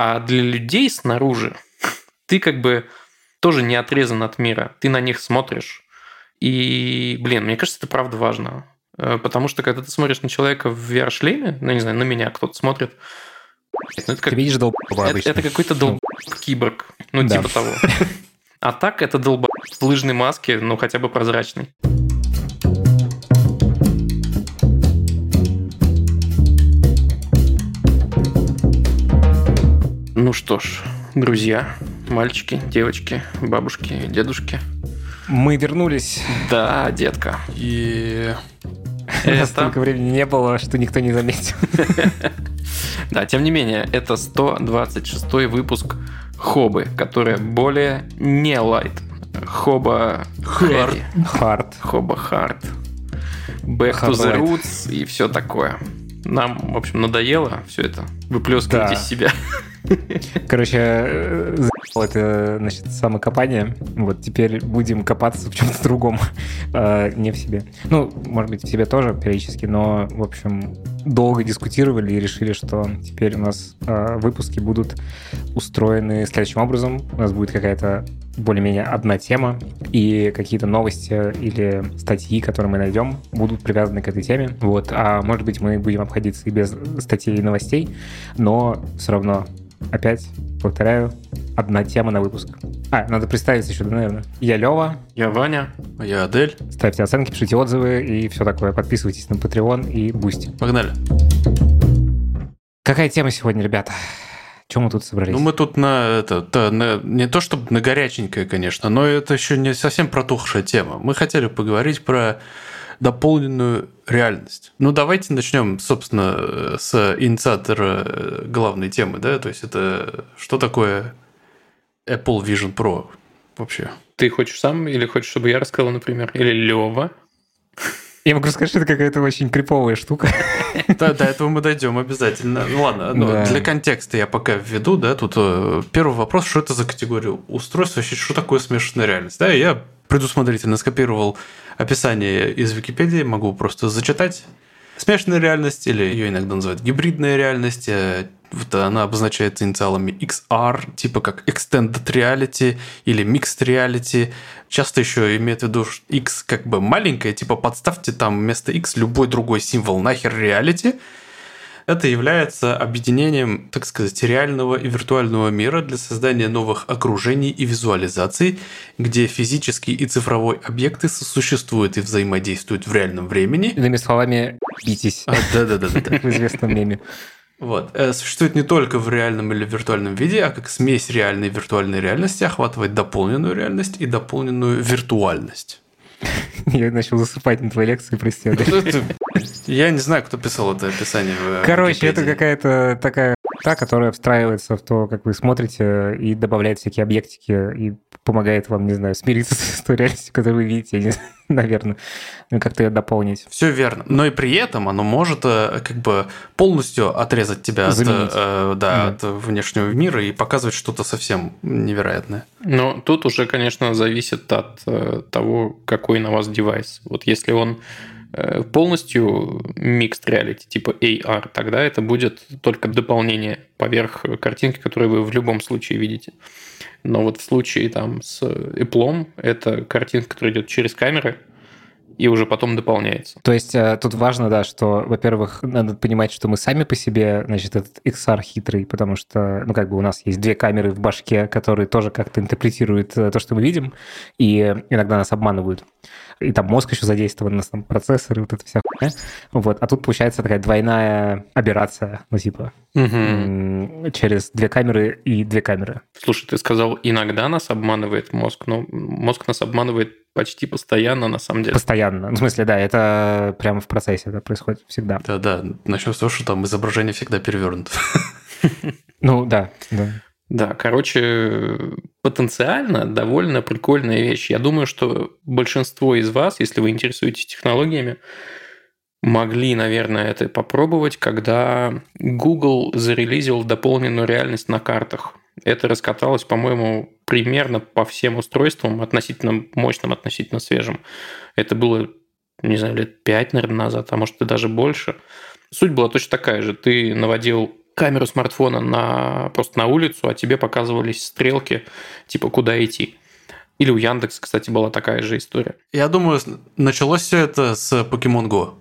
А для людей снаружи ты как бы тоже не отрезан от мира. Ты на них смотришь. И, мне кажется, это правда важно. Потому что когда ты смотришь на человека в VR-шлеме, не знаю, на меня кто-то смотрит, это как... Ты видишь долбоеба обычно. Это какой-то долбоеб-киборг. Да. Типа того. А так это долбоеб в лыжной маске, хотя бы прозрачный. Ну что ж, друзья, мальчики, девочки, бабушки, дедушки. Мы вернулись. Да, детка. И столько времени не было, что никто не заметил. Да, тем не менее, это 126-й выпуск Хобы, которая более не лайт. Хоба хард. Хоба хард. Back to the roots и все такое. Нам, в общем, надоело все это. Выплескивать из себя. Короче, это, значит, самокопание. Вот теперь будем копаться в чем-то другом, не в себе. Может быть, в себе тоже периодически, но, в общем, долго дискутировали и решили, что теперь у нас выпуски будут устроены следующим образом. У нас будет какая-то более-менее одна тема, и какие-то новости или статьи, которые мы найдем, будут привязаны к этой теме. Вот. А может быть, мы будем обходиться и без статей и новостей, но все равно, опять повторяю, одна тема на выпуск. Надо представиться еще, наверное. Я Лева. Я Ваня. А я Адель. Ставьте оценки, пишите отзывы и все такое. Подписывайтесь на Patreon и Boosty. Погнали. Какая тема сегодня, ребята? Чем мы тут собрались? Мы тут не то чтобы на горяченькое, конечно, но это еще не совсем протухшая тема. Мы хотели поговорить про дополненную реальность. Давайте начнем, собственно, с инициатора главной темы, да, то есть это что такое Apple Vision Pro вообще? Ты хочешь сам или хочешь, чтобы я рассказал, например, или Лева? Я могу сказать, что это какая-то очень криповая штука. Да, до этого мы дойдем обязательно. Ладно, для контекста я пока введу, да, тут первый вопрос, что это за категория устройств, вообще, что такое смешанная реальность? Да, я предусмотрительно скопировал описание из Википедии, могу просто зачитать. Смешанная реальность, или ее иногда называют гибридная реальность, она обозначается инициалами XR, типа как Extended Reality или Mixed Reality. Часто еще имеет в виду X как бы маленькое, типа подставьте там вместо X любой другой символ, нахер Reality. Это является объединением, так сказать, реального и виртуального мира для создания новых окружений и визуализаций, где физические и цифровые объекты сосуществуют и взаимодействуют в реальном времени. Иными словами, битесь. Да. В известном меме. Вот. Существует не только в реальном или виртуальном виде, а как смесь реальной и виртуальной реальности, охватывает дополненную реальность и дополненную виртуальность. Я начал засыпать на твоей лекции, прости. Я не знаю, кто писал это описание. Короче, это какая-то такая та, которая встраивается в то, как вы смотрите, и добавляет всякие объектики, и помогает вам, не знаю, смириться с той реальностью, которую вы видите, наверное, как-то ее дополнить. Все верно. Но и при этом оно может как бы полностью отрезать тебя от внешнего мира и показывать что-то совсем невероятное. Но тут уже, конечно, зависит от того, какой на вас девайс. Вот если он полностью mixed reality, типа AR, тогда это будет только дополнение поверх картинки, которую вы в любом случае видите. Но вот в случае там с Apple это картинка, которая идет через камеры и уже потом дополняется. То есть тут важно, да, что, во-первых, надо понимать, что мы сами по себе, значит, этот XR хитрый, потому что, у нас есть две камеры в башке, которые тоже как-то интерпретируют то, что мы видим, и иногда нас обманывают. И там мозг еще задействован, у нас там процессоры, вот эта вся хуйня. Вот. А тут получается такая двойная аберрация, через две камеры и две камеры. Слушай, ты сказал, иногда нас обманывает мозг, но мозг нас обманывает почти постоянно, на самом деле. Постоянно. В смысле, да, это прямо в процессе, это происходит всегда. Да. Начнем с того, что там изображение всегда перевернуто. Да. Да, потенциально довольно прикольная вещь. Я думаю, что большинство из вас, если вы интересуетесь технологиями, могли, наверное, это попробовать, когда Google зарелизил дополненную реальность на картах. Это раскаталось, по-моему, примерно по всем устройствам, относительно мощным, относительно свежим. Это было, лет 5, наверное, назад, а может и даже больше. Суть была точно такая же. Ты наводил камеру смартфона просто на улицу, а тебе показывались стрелки, типа, куда идти. Или у Яндекса, кстати, была такая же история. Я думаю, началось все это с Pokemon Go.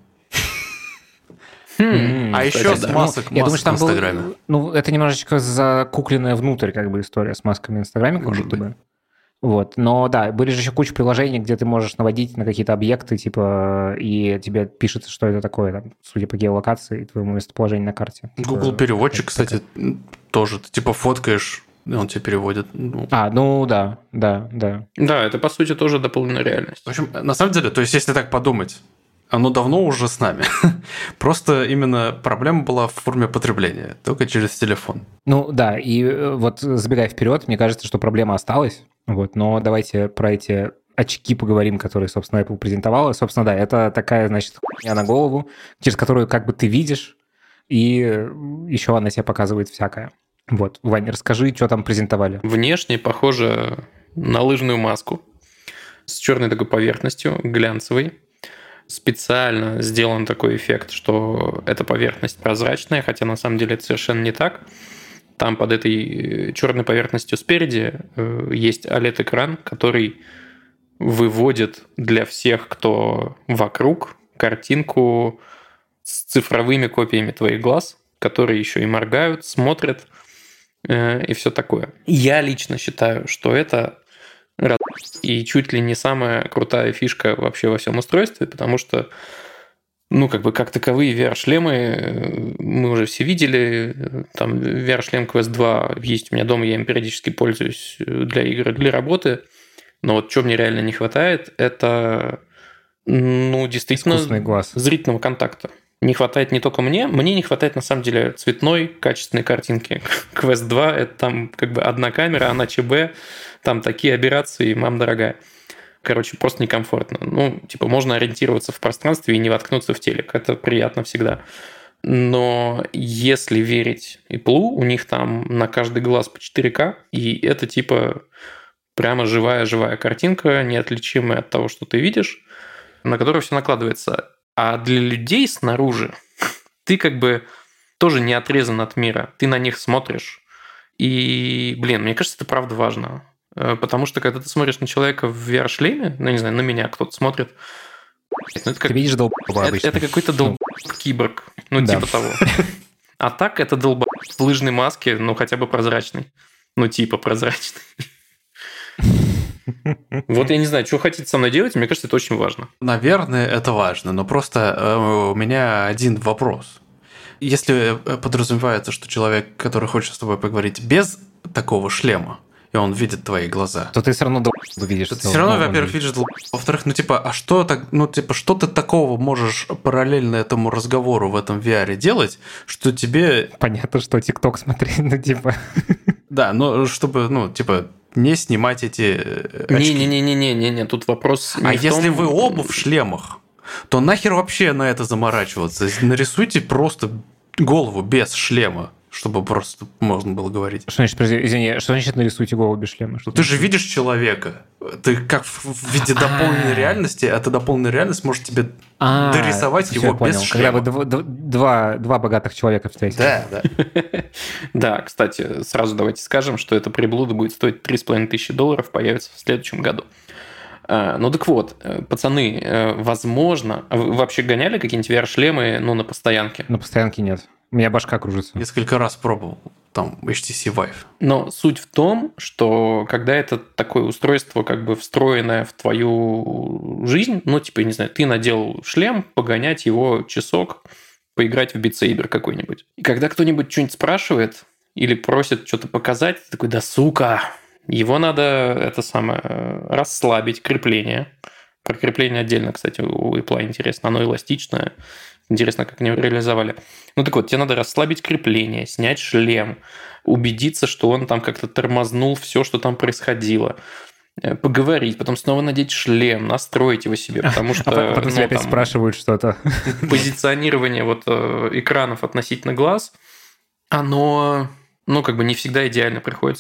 А еще с масок в Инстаграме. Это немножечко закукленная внутрь как бы история с масками в Инстаграме, как будто бы. Вот. Но да, были же еще куча приложений, где ты можешь наводить на какие-то объекты, типа, и тебе пишется, что это такое, там, судя по геолокации и твоему местоположению на карте. Google переводчик, кстати, тоже. Ты типа фоткаешь, и он тебе переводит. Да. Да, это по сути тоже дополненная реальность. В общем, на самом деле, то есть, если так подумать, оно давно уже с нами. Просто именно проблема была в форме потребления, только через телефон. Да, и вот забегая вперед, мне кажется, что проблема осталась. Вот, но давайте про эти очки поговорим, которые, собственно, Apple презентовала. Собственно, да, это такая, значит, хуйня на голову, через которую как бы ты видишь, и еще она тебе показывает всякое. Вот, Вань, расскажи, что там презентовали. Внешне похоже на лыжную маску с черной такой поверхностью, глянцевой. Специально сделан такой эффект, что эта поверхность прозрачная, хотя на самом деле это совершенно не так. Там под этой черной поверхностью спереди есть OLED-экран, который выводит для всех, кто вокруг, картинку с цифровыми копиями твоих глаз, которые еще и моргают, смотрят и все такое. Я лично считаю, что это и чуть ли не самая крутая фишка вообще во всем устройстве, потому что как таковые VR-шлемы мы уже все видели. Там VR-шлем Quest 2 есть у меня дома, я им периодически пользуюсь для игр и для работы. Но вот что мне реально не хватает, это, действительно, зрительного контакта. Не хватает не только мне не хватает, на самом деле, цветной, качественной картинки. Quest 2 – это там как бы одна камера, она ЧБ, там такие аберрации, мам дорогая. Короче, просто некомфортно. Можно ориентироваться в пространстве и не воткнуться в телек. Это приятно всегда. Но если верить Apple, у них там на каждый глаз по 4К, и это прямо живая картинка, неотличимая от того, что ты видишь, на которую все накладывается. А для людей снаружи ты как бы тоже не отрезан от мира. Ты на них смотришь. И, мне кажется, это правда важно. Потому что, когда ты смотришь на человека в VR-шлеме, не знаю, на меня кто-то смотрит, ты видишь долбоеба обычно. Это какой-то киборг, типа того. А так это в лыжной маске, хотя бы прозрачный. Прозрачный. Вот я не знаю, что хотите со мной делать, мне кажется, это очень важно. Наверное, это важно, но просто у меня один вопрос. Если подразумевается, что человек, который хочет с тобой поговорить без такого шлема, и он видит твои глаза, то ты все равно видишь. Ты все равно, во-первых, видишь. Во-вторых, что ты такого можешь параллельно этому разговору в этом VR делать, что тебе... Понятно, что TikTok смотреть, Да, но чтобы, не снимать эти очки. Не, тут вопрос не в если том... вы оба в шлемах, то нахер вообще на это заморачиваться? Нарисуйте просто голову без шлема, чтобы просто можно было говорить. Что значит, извини, что значит нарисуйте голову без шлема? Ты же видишь человека. Ты как в виде дополненной реальности, эта дополненная реальность может тебе дорисовать его без шлема. Когда вы два богатых человека встретились. Да. Да, кстати, сразу давайте скажем, что эта приблуда будет стоить $3500, появится в следующем году. Так вот, пацаны, возможно... Вы вообще гоняли какие-нибудь VR-шлемы на постоянке? На постоянке нет. У меня башка кружится. Несколько раз пробовал. Там HTC Vive. Но суть в том, что когда это такое устройство, как бы встроенное в твою жизнь, не знаю, ты надел шлем, погонять его часок, поиграть в Beat Saber какой-нибудь. И когда кто-нибудь что-нибудь спрашивает или просит что-то показать, ты такой, да сука, его надо расслабить, крепление. Про крепление отдельно, кстати, у Apple интересно, оно эластичное. Интересно, как они его реализовали. Так вот, тебе надо расслабить крепление, снять шлем, убедиться, что он там как-то тормознул все, что там происходило, поговорить, потом снова надеть шлем, настроить его себе, потому что... Потом тебя опять спрашивают что-то. Позиционирование экранов относительно глаз, оно, не всегда идеально приходится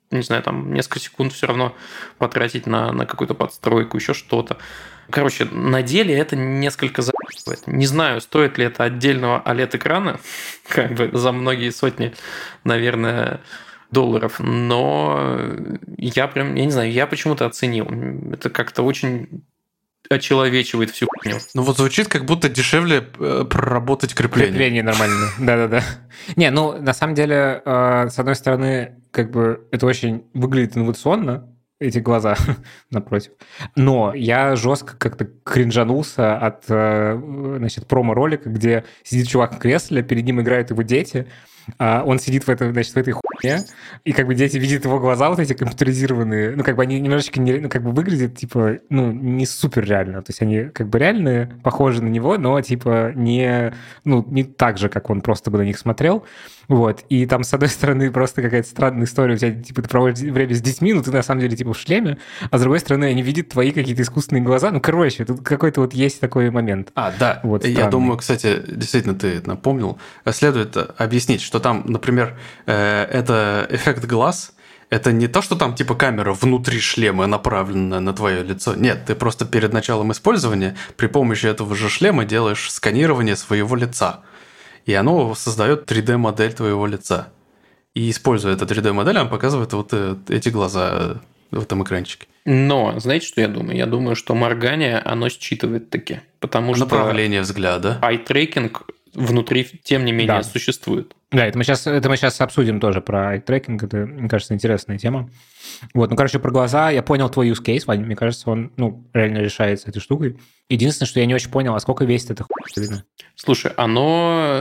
не знаю, там несколько секунд все равно потратить на какую-то подстройку, еще что-то. Короче, на деле это несколько заебывает. Не знаю, стоит ли это отдельного OLED-экрана, как бы за многие сотни, наверное, долларов, но я не знаю, я почему-то оценил. Это как-то очень очеловечивает всю хуйню. Ну вот звучит, как будто дешевле проработать крепление. Крепление нормально, да-да-да. Не, ну, на самом деле, с одной стороны, как бы это очень выглядит инновационно, эти глаза напротив. Но я жестко как-то кринжанулся от, значит, промо-ролика, где сидит чувак в кресле, перед ним играют его дети, он сидит в этой хуйне, и как бы дети видят его глаза вот эти компьютеризированные, ну, как бы они немножечко не, ну, как бы выглядят, типа, ну, не супер реально. То есть они как бы реальные, похожи на него, но, типа, не так же, как он просто бы на них смотрел. Вот. И там, с одной стороны, просто какая-то странная история, у тебя, типа, ты проводишь время с детьми, но ты на самом деле, типа, в шлеме, а с другой стороны, они видят твои какие-то искусственные глаза. Ну, короче, тут какой-то вот есть такой момент. Да. Вот, я думаю, кстати, действительно, ты напомнил, следует объяснить, что там, например, это эффект глаз, это не то, что там типа камера внутри шлема направлена на твое лицо. Нет, ты просто перед началом использования при помощи этого же шлема делаешь сканирование своего лица. И оно создает 3D-модель твоего лица. И используя эту 3D-модель, он показывает вот эти глаза в этом экранчике. Но, знаете, что я думаю? Я думаю, что моргание, оно считывает таки. Потому что направление взгляда. Eye-трекинг внутри, тем не менее, существует. Да, это мы сейчас обсудим тоже про eye-трекинг. Это, мне кажется, интересная тема. Вот, ну, короче, про глаза я понял твой use case, Вань. Мне кажется, он, реально решается этой штукой. Единственное, что я не очень понял, а сколько весит эта хуйня? Слушай, оно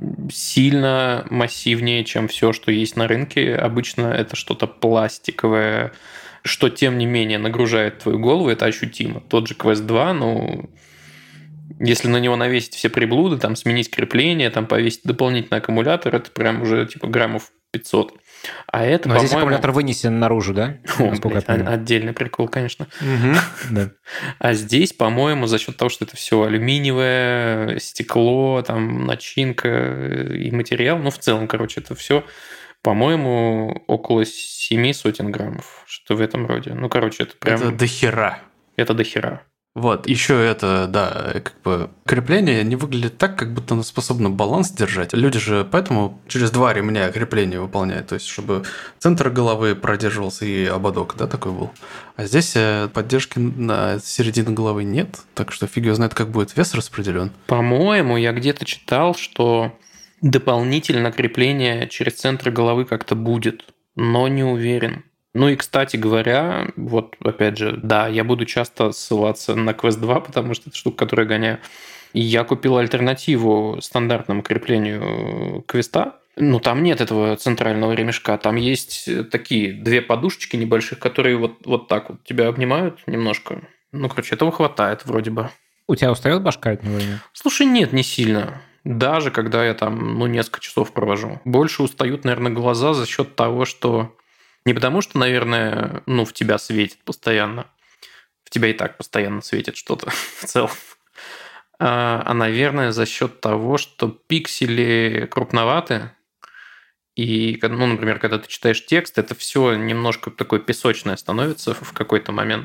сильно массивнее, чем все, что есть на рынке. Обычно это что-то пластиковое, что, тем не менее, нагружает твою голову. Это ощутимо. Тот же Quest 2, если на него навесить все приблуды, там сменить крепление, там повесить дополнительный аккумулятор, это прям уже типа граммов 500. А это, но здесь аккумулятор вынесен наружу, да? Отдельный прикол, конечно. А здесь, по-моему, за счет того, что это все алюминиевое, стекло, там начинка и материал, в целом, короче, это все, по-моему, около 700 граммов, что в этом роде. Это прям... Это дохера. Это дохера. Вот, еще это, да, как бы крепление не выглядит так, как будто оно способно баланс держать. Люди же поэтому через 2 ремня крепление выполняют, то есть чтобы центр головы продерживался и ободок, да, такой был. А здесь поддержки на середину головы нет, так что фиг его знает, как будет вес распределен. По-моему, я где-то читал, что дополнительно крепление через центр головы как-то будет, но не уверен. И, кстати говоря, вот опять же, да, я буду часто ссылаться на Quest 2, потому что это штука, которую я гоняю. И я купил альтернативу стандартному креплению Квеста. Там нет этого центрального ремешка. Там есть такие 2 подушечки небольших, которые вот так вот тебя обнимают немножко. Этого хватает вроде бы. У тебя устает башка от него? Слушай, нет, не сильно. Даже когда я там, несколько часов провожу. Больше устают, наверное, глаза за счет того, что... Не потому что, наверное, в тебя светит постоянно. В тебя и так постоянно светит что-то в целом. А, наверное, за счет того, что пиксели крупноваты. И, например, когда ты читаешь текст, это все немножко такое песочное становится в какой-то момент.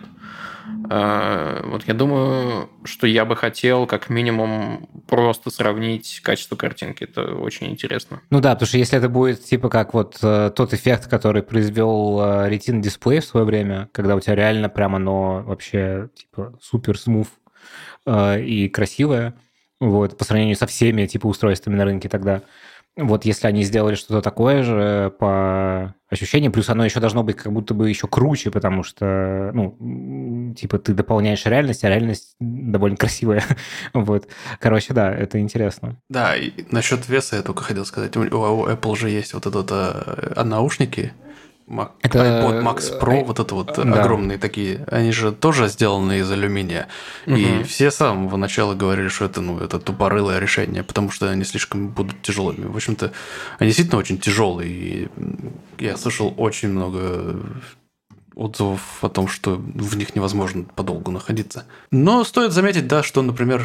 Я думаю, что я бы хотел как минимум просто сравнить качество картинки. Это очень интересно. Да, потому что если это будет типа как вот тот эффект, который произвел Retina дисплей в свое время, когда у тебя реально прям оно вообще типа супер смув и красивое, по сравнению со всеми типа устройствами на рынке тогда. Если они сделали что-то такое же по ощущениям, плюс оно еще должно быть как будто бы еще круче, потому что, типа ты дополняешь реальность, а реальность довольно красивая. Короче, да, это интересно. Да, и насчет веса я только хотел сказать. У Apple же есть наушники, iPod Max Pro, огромные такие, они же тоже сделаны из алюминия. И все с самого начала говорили, что это тупорылое решение, потому что они слишком будут тяжелыми. В общем-то, они действительно очень тяжелые. И я слышал очень много отзывов о том, что в них невозможно подолгу находиться. Но стоит заметить, да, что, например,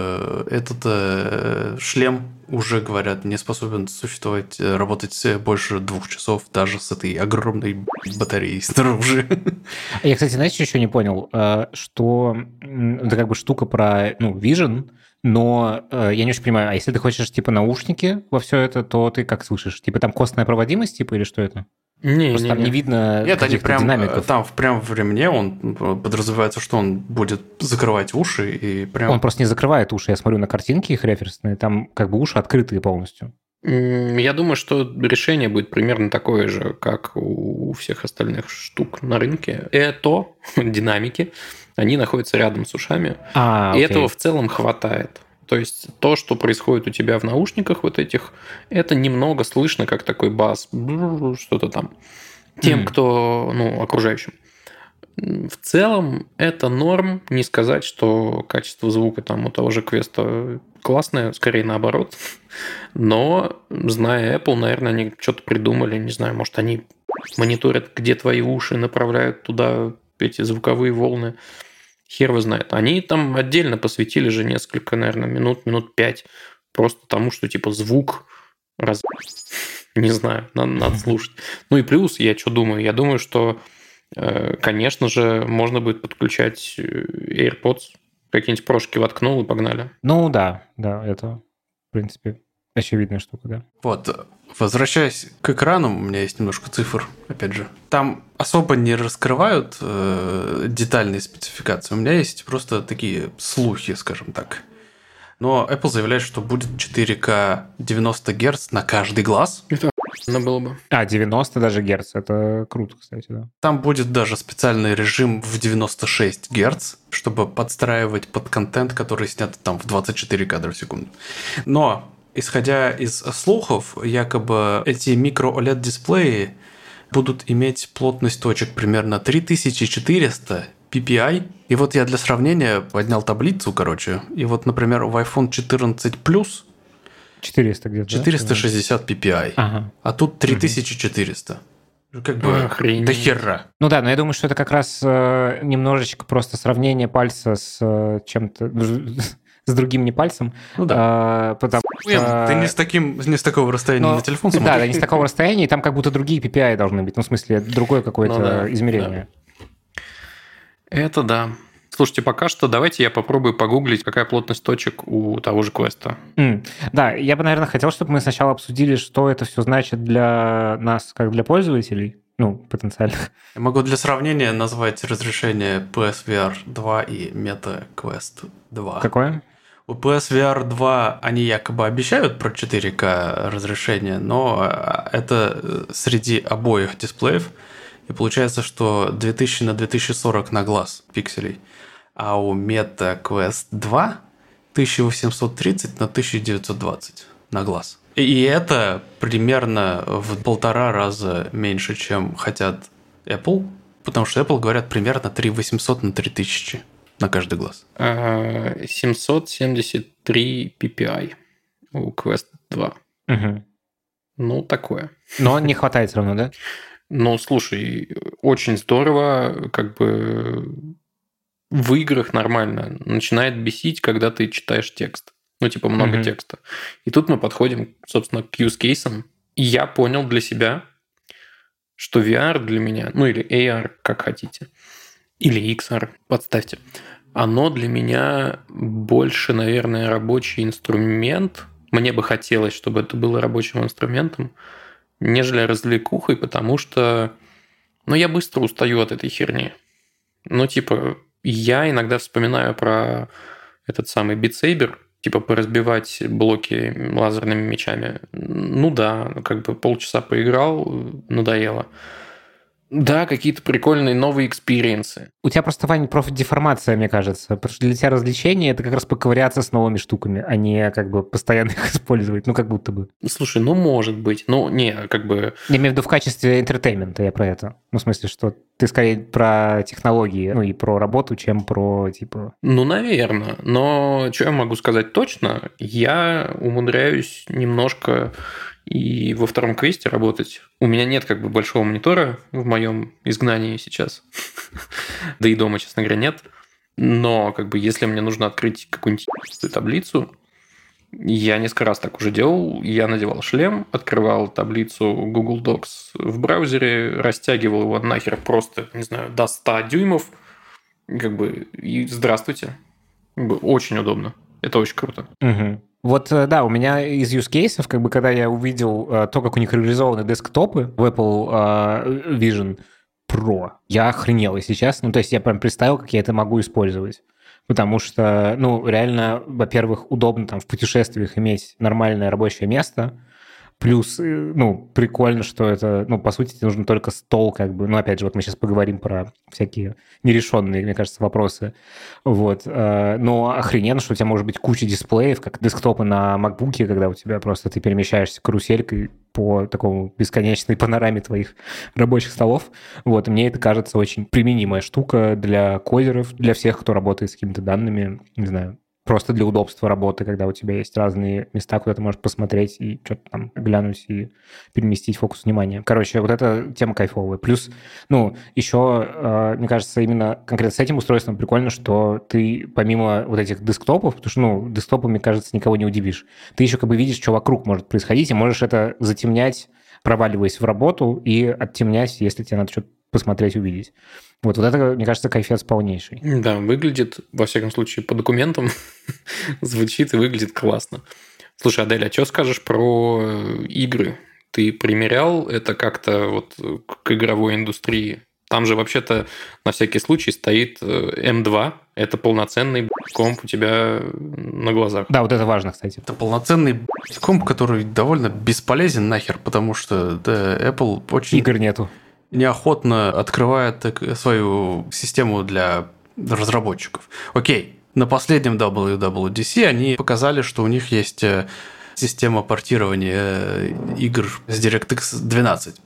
этот шлем уже, говорят, не способен существовать, работать больше 2 часов даже с этой огромной батареей снаружи. Я, кстати, знаете, что еще не понял? Что это как бы штука про, Vision, но я не очень понимаю, а если ты хочешь, типа, наушники во все это, то ты как слышишь? Типа там костная проводимость, типа, или что это? Просто там не видно каких-то динамиков. Там прям в ремне он подразумевается, что он будет закрывать уши и прям... Он просто не закрывает уши. Я смотрю на картинки их референсные, там как бы уши открытые полностью. Я думаю, что решение будет примерно такое же, как у всех остальных штук на рынке. Это динамики, они находятся рядом с ушами. И этого в целом хватает. То есть то, что происходит у тебя в наушниках вот этих, это немного слышно, как такой бас, что-то там, тем, кто, окружающим. В целом это норм, не сказать, что качество звука там у того же Квеста классное, скорее наоборот. Но, зная Apple, наверное, они что-то придумали, не знаю, может, они мониторят, где твои уши, направляют туда эти звуковые волны. Хер его знает. Они там отдельно посвятили же несколько, наверное, минут 5 просто тому, что типа звук не знаю, надо слушать. Ну и плюс, я что думаю? Я думаю, что, конечно же, можно будет подключать AirPods, какие-нибудь прошки воткнул и погнали. Ну да, это, в принципе, очевидная штука, да. Вот, возвращаясь к экрану, у меня есть немножко цифр, опять же. Там особо не раскрывают детальные спецификации. У меня есть просто такие слухи, скажем так. Но Apple заявляет, что будет 4К 90 Гц на каждый глаз. Это было бы. 90 даже Гц, это круто, кстати, да. Там будет даже специальный режим в 96 Гц, чтобы подстраивать под контент, который снят там в 24 кадра в секунду. Но, исходя из слухов, якобы эти микро-OLED-дисплеи будут иметь плотность точек примерно 3400 ppi. И вот я для сравнения поднял таблицу, и вот, например, в iPhone 14 Plus 400 где-то, 460 ppi, а тут 3400. Как бы до хера. Ну да, но я думаю, что это как раз немножечко просто сравнение пальца с чем-то, с другим не пальцем. Ну да. Потому что... Ты не с такого расстояния на телефон смотришь. Да, не с такого расстояния, и там как будто другие PPI должны быть. Ну, в смысле, другое какое-то измерение. Да. Это да. Слушайте, пока что давайте я попробую погуглить, какая плотность точек у того же Квеста. Да, я бы, наверное, хотел, чтобы мы сначала обсудили, что это все значит для нас, как для пользователей, потенциально. Я могу для сравнения назвать разрешение PSVR 2 и Meta Quest 2. Какое? У PSVR 2 они якобы обещают про 4К разрешение, но это среди обоих дисплеев. И получается, что 2000 на 2040 на глаз пикселей. А у Meta Quest 2 1830 на 1920 на глаз. И это примерно в 1,5 раза меньше, чем хотят Apple. Потому что Apple говорят примерно 3800 на 3000 на каждый глаз. 773 ppi у Quest 2. Угу. Ну, такое. Но не хватает все равно, да? Ну, слушай, очень здорово, как бы в играх нормально. Начинает бесить, когда ты читаешь текст. Много текста. И тут мы подходим, собственно, к use-кейсам. И я понял для себя, что VR для меня, или AR, как хотите, или XR, подставьте, оно для меня больше, наверное, рабочий инструмент. Мне бы хотелось, чтобы это было рабочим инструментом, нежели развлекухой, потому что, я быстро устаю от этой херни. Я иногда вспоминаю про этот самый Beat Saber, поразбивать блоки лазерными мечами. Полчаса поиграл, надоело. Да, какие-то прикольные новые экспириенсы. У тебя просто, Вань, профдеформация, мне кажется. Потому что для тебя развлечение – это как раз поковыряться с новыми штуками, а не постоянно их использовать. Как будто бы. Слушай, может быть. Я имею в виду в качестве интертеймента, я про это. В смысле, что ты скорее про технологии, и про работу, чем про, наверное. Но что я могу сказать точно? Я умудряюсь немножко и во втором квесте работать. У меня нет как бы большого монитора в моем изгнании сейчас. Да и дома, честно говоря, нет. Но как бы если мне нужно открыть какую-нибудь таблицу, я несколько раз так уже делал. Я надевал шлем, открывал таблицу Google Docs в браузере, растягивал его нахер просто, не знаю, до 100 дюймов. Как бы и здравствуйте. Как бы очень удобно. Это очень круто. Угу. Вот, да, у меня из use cases, как бы, когда я увидел то, как у них реализованы десктопы в Apple Vision Pro, я охренел, если честно. Ну, то есть я прям представил, как я это могу использовать. Потому что, ну, реально, во-первых, удобно там в путешествиях иметь нормальное рабочее место. Плюс, ну, прикольно, что это, ну, по сути, тебе нужен только стол, как бы. Ну, опять же, вот мы сейчас поговорим про всякие нерешенные, мне кажется, вопросы. Вот. Но охрененно, что у тебя может быть куча дисплеев, как десктопы на MacBook, когда у тебя просто ты перемещаешься каруселькой по такому бесконечной панораме твоих рабочих столов. Вот. И мне это кажется очень применимая штука для кодеров, для всех, кто работает с какими-то данными, не знаю, просто для удобства работы, когда у тебя есть разные места, куда ты можешь посмотреть и что-то там глянуть и переместить фокус внимания. Короче, вот эта тема кайфовая. Плюс, ну, еще, мне кажется, именно конкретно с этим устройством прикольно, что ты помимо вот этих десктопов, потому что, ну, десктопами, кажется, никого не удивишь, ты еще как бы видишь, что вокруг может происходить, и можешь это затемнять, проваливаясь в работу, и оттемнять, если тебе надо что-то посмотреть, увидеть. Вот это, мне кажется, кайфец полнейший. Да, выглядит, во всяком случае, по документам звучит и выглядит классно. Слушай, Адель, а что скажешь про игры? Ты примерял это как-то вот к игровой индустрии? Там же вообще-то на всякий случай стоит M2. Это полноценный комп у тебя на глазах. Да, вот это важно, кстати. Это полноценный комп, который довольно бесполезен нахер, потому что да, Apple очень... Игр нету. Неохотно открывает свою систему для разработчиков. Окей, на последнем WWDC они показали, что у них есть система портирования игр с DirectX 12.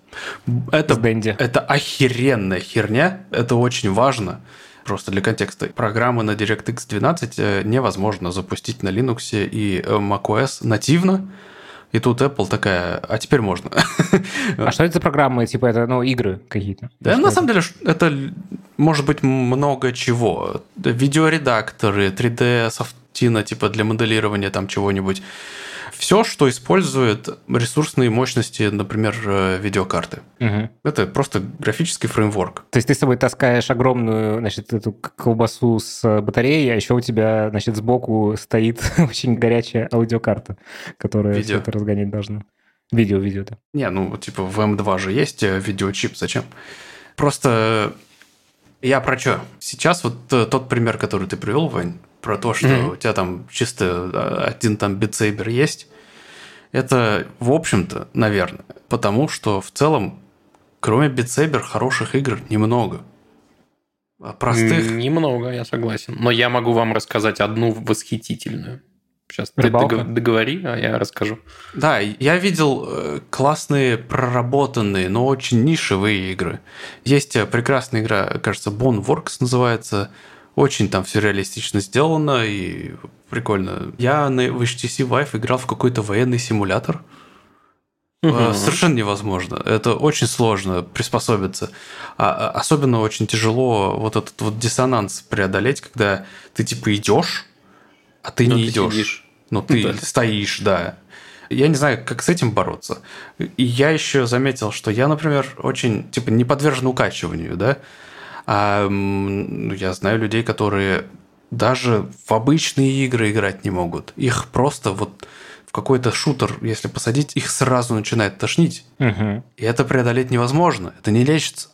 Это охеренная херня, это очень важно. Просто для контекста. Программы на DirectX 12 невозможно запустить на Linux и macOS нативно. И тут Apple такая, а теперь можно. А что это за программы? Типа это, ну, игры какие-то? Да, на самом деле, это может быть много чего. Видеоредакторы, 3D-софтина, типа для моделирования там чего-нибудь. Все, что использует ресурсные мощности, например, видеокарты. Угу. Это просто графический фреймворк. То есть ты с собой таскаешь огромную, значит, эту колбасу с батареей, а еще у тебя, значит, сбоку стоит очень горячая аудиокарта, которая все это разгонять должна. Видео-то. Не, ну, типа в M2 же есть видеочип, зачем? Просто я про что? Сейчас вот тот пример, который ты привел, Вань, про то, что у тебя там чисто один там битсейбер есть, это, в общем-то, наверное, потому что в целом, кроме битсейбер, хороших игр немного. Простых... Немного, я согласен. Но я могу вам рассказать одну восхитительную. Сейчас Рыбалка. ты договори, а я расскажу. Да, я видел классные, проработанные, но очень нишевые игры. Есть прекрасная игра, кажется, Boneworks называется. Очень там все реалистично сделано и прикольно. Я в HTC Vive играл в какой-то военный симулятор. Совершенно невозможно. Это очень сложно приспособиться. Особенно очень тяжело вот этот вот диссонанс преодолеть, когда ты типа идешь, а ты не идешь. Ну, ты стоишь, да. Я не знаю, как с этим бороться. И я еще заметил, что я, например, очень типа не подвержен укачиванию, да. А я знаю людей, которые даже в обычные игры играть не могут. Их просто вот в какой-то шутер, если посадить, их сразу начинает тошнить. Угу. И это преодолеть невозможно. Это не лечится.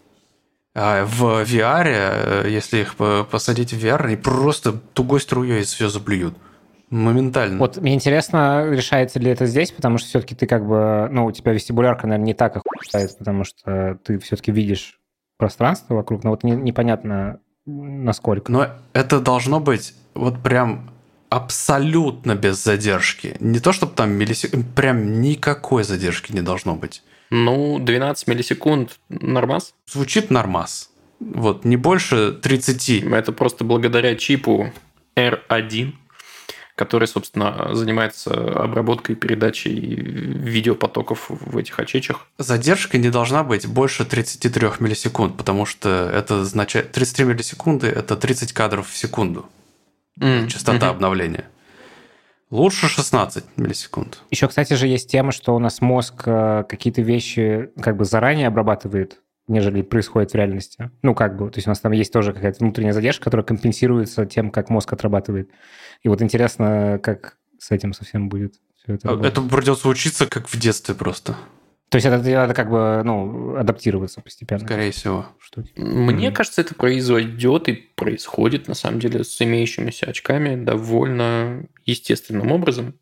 А в VR, если их посадить в VR, они просто тугой струей все заблюют. Моментально. Вот мне интересно, решается ли это здесь, потому что все-таки ты как бы, ну, у тебя вестибулярка, наверное, не так охуевает, потому что ты все-таки видишь пространство вокруг, но вот непонятно, насколько. Но это должно быть вот прям абсолютно без задержки. Не то, чтобы там прям никакой задержки не должно быть. Ну, 12 миллисекунд нормас? Звучит нормас. Вот, не больше 30. Это просто благодаря чипу R1, который, собственно, занимается обработкой и передачей видеопотоков в этих очечах. Задержка не должна быть больше 33 миллисекунд, потому что это означает... 33 миллисекунды – это 30 кадров в секунду. Частота обновления. Лучше 16 миллисекунд. Еще, кстати же, есть тема, что у нас мозг какие-то вещи как бы заранее обрабатывает, нежели происходит в реальности. Ну, как бы, то есть у нас там есть тоже какая-то внутренняя задержка, которая компенсируется тем, как мозг отрабатывает. И вот интересно, как с этим совсем будет все это работать. Это придется учиться, как в детстве просто. То есть это надо как бы, адаптироваться постепенно. Скорее всего. Мне кажется, это произойдет и происходит, на самом деле, с имеющимися очками довольно естественным образом.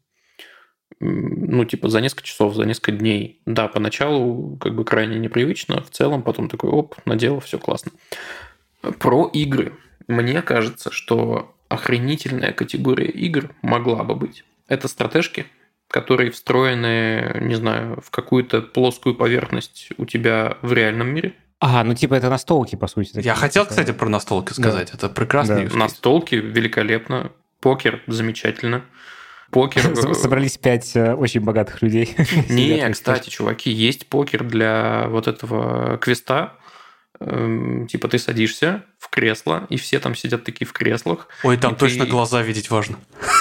За несколько часов, за несколько дней. Да, поначалу как бы крайне непривычно, в целом потом такой, надел, все классно. Про игры. Мне кажется, что охренительная категория игр могла бы быть. Это стратежки, которые встроены, не знаю, в какую-то плоскую поверхность у тебя в реальном мире. Это настолки, по сути. Я хотел, кстати, про настолки сказать. Да. Это прекрасно. Да. Настолки великолепно. Покер замечательно. Покер... Собрались 5 очень богатых людей. Не, кстати, чуваки, есть покер для вот этого квеста. Ты садишься в кресло, и все там сидят такие в креслах. Ой, там точно глаза видеть важно.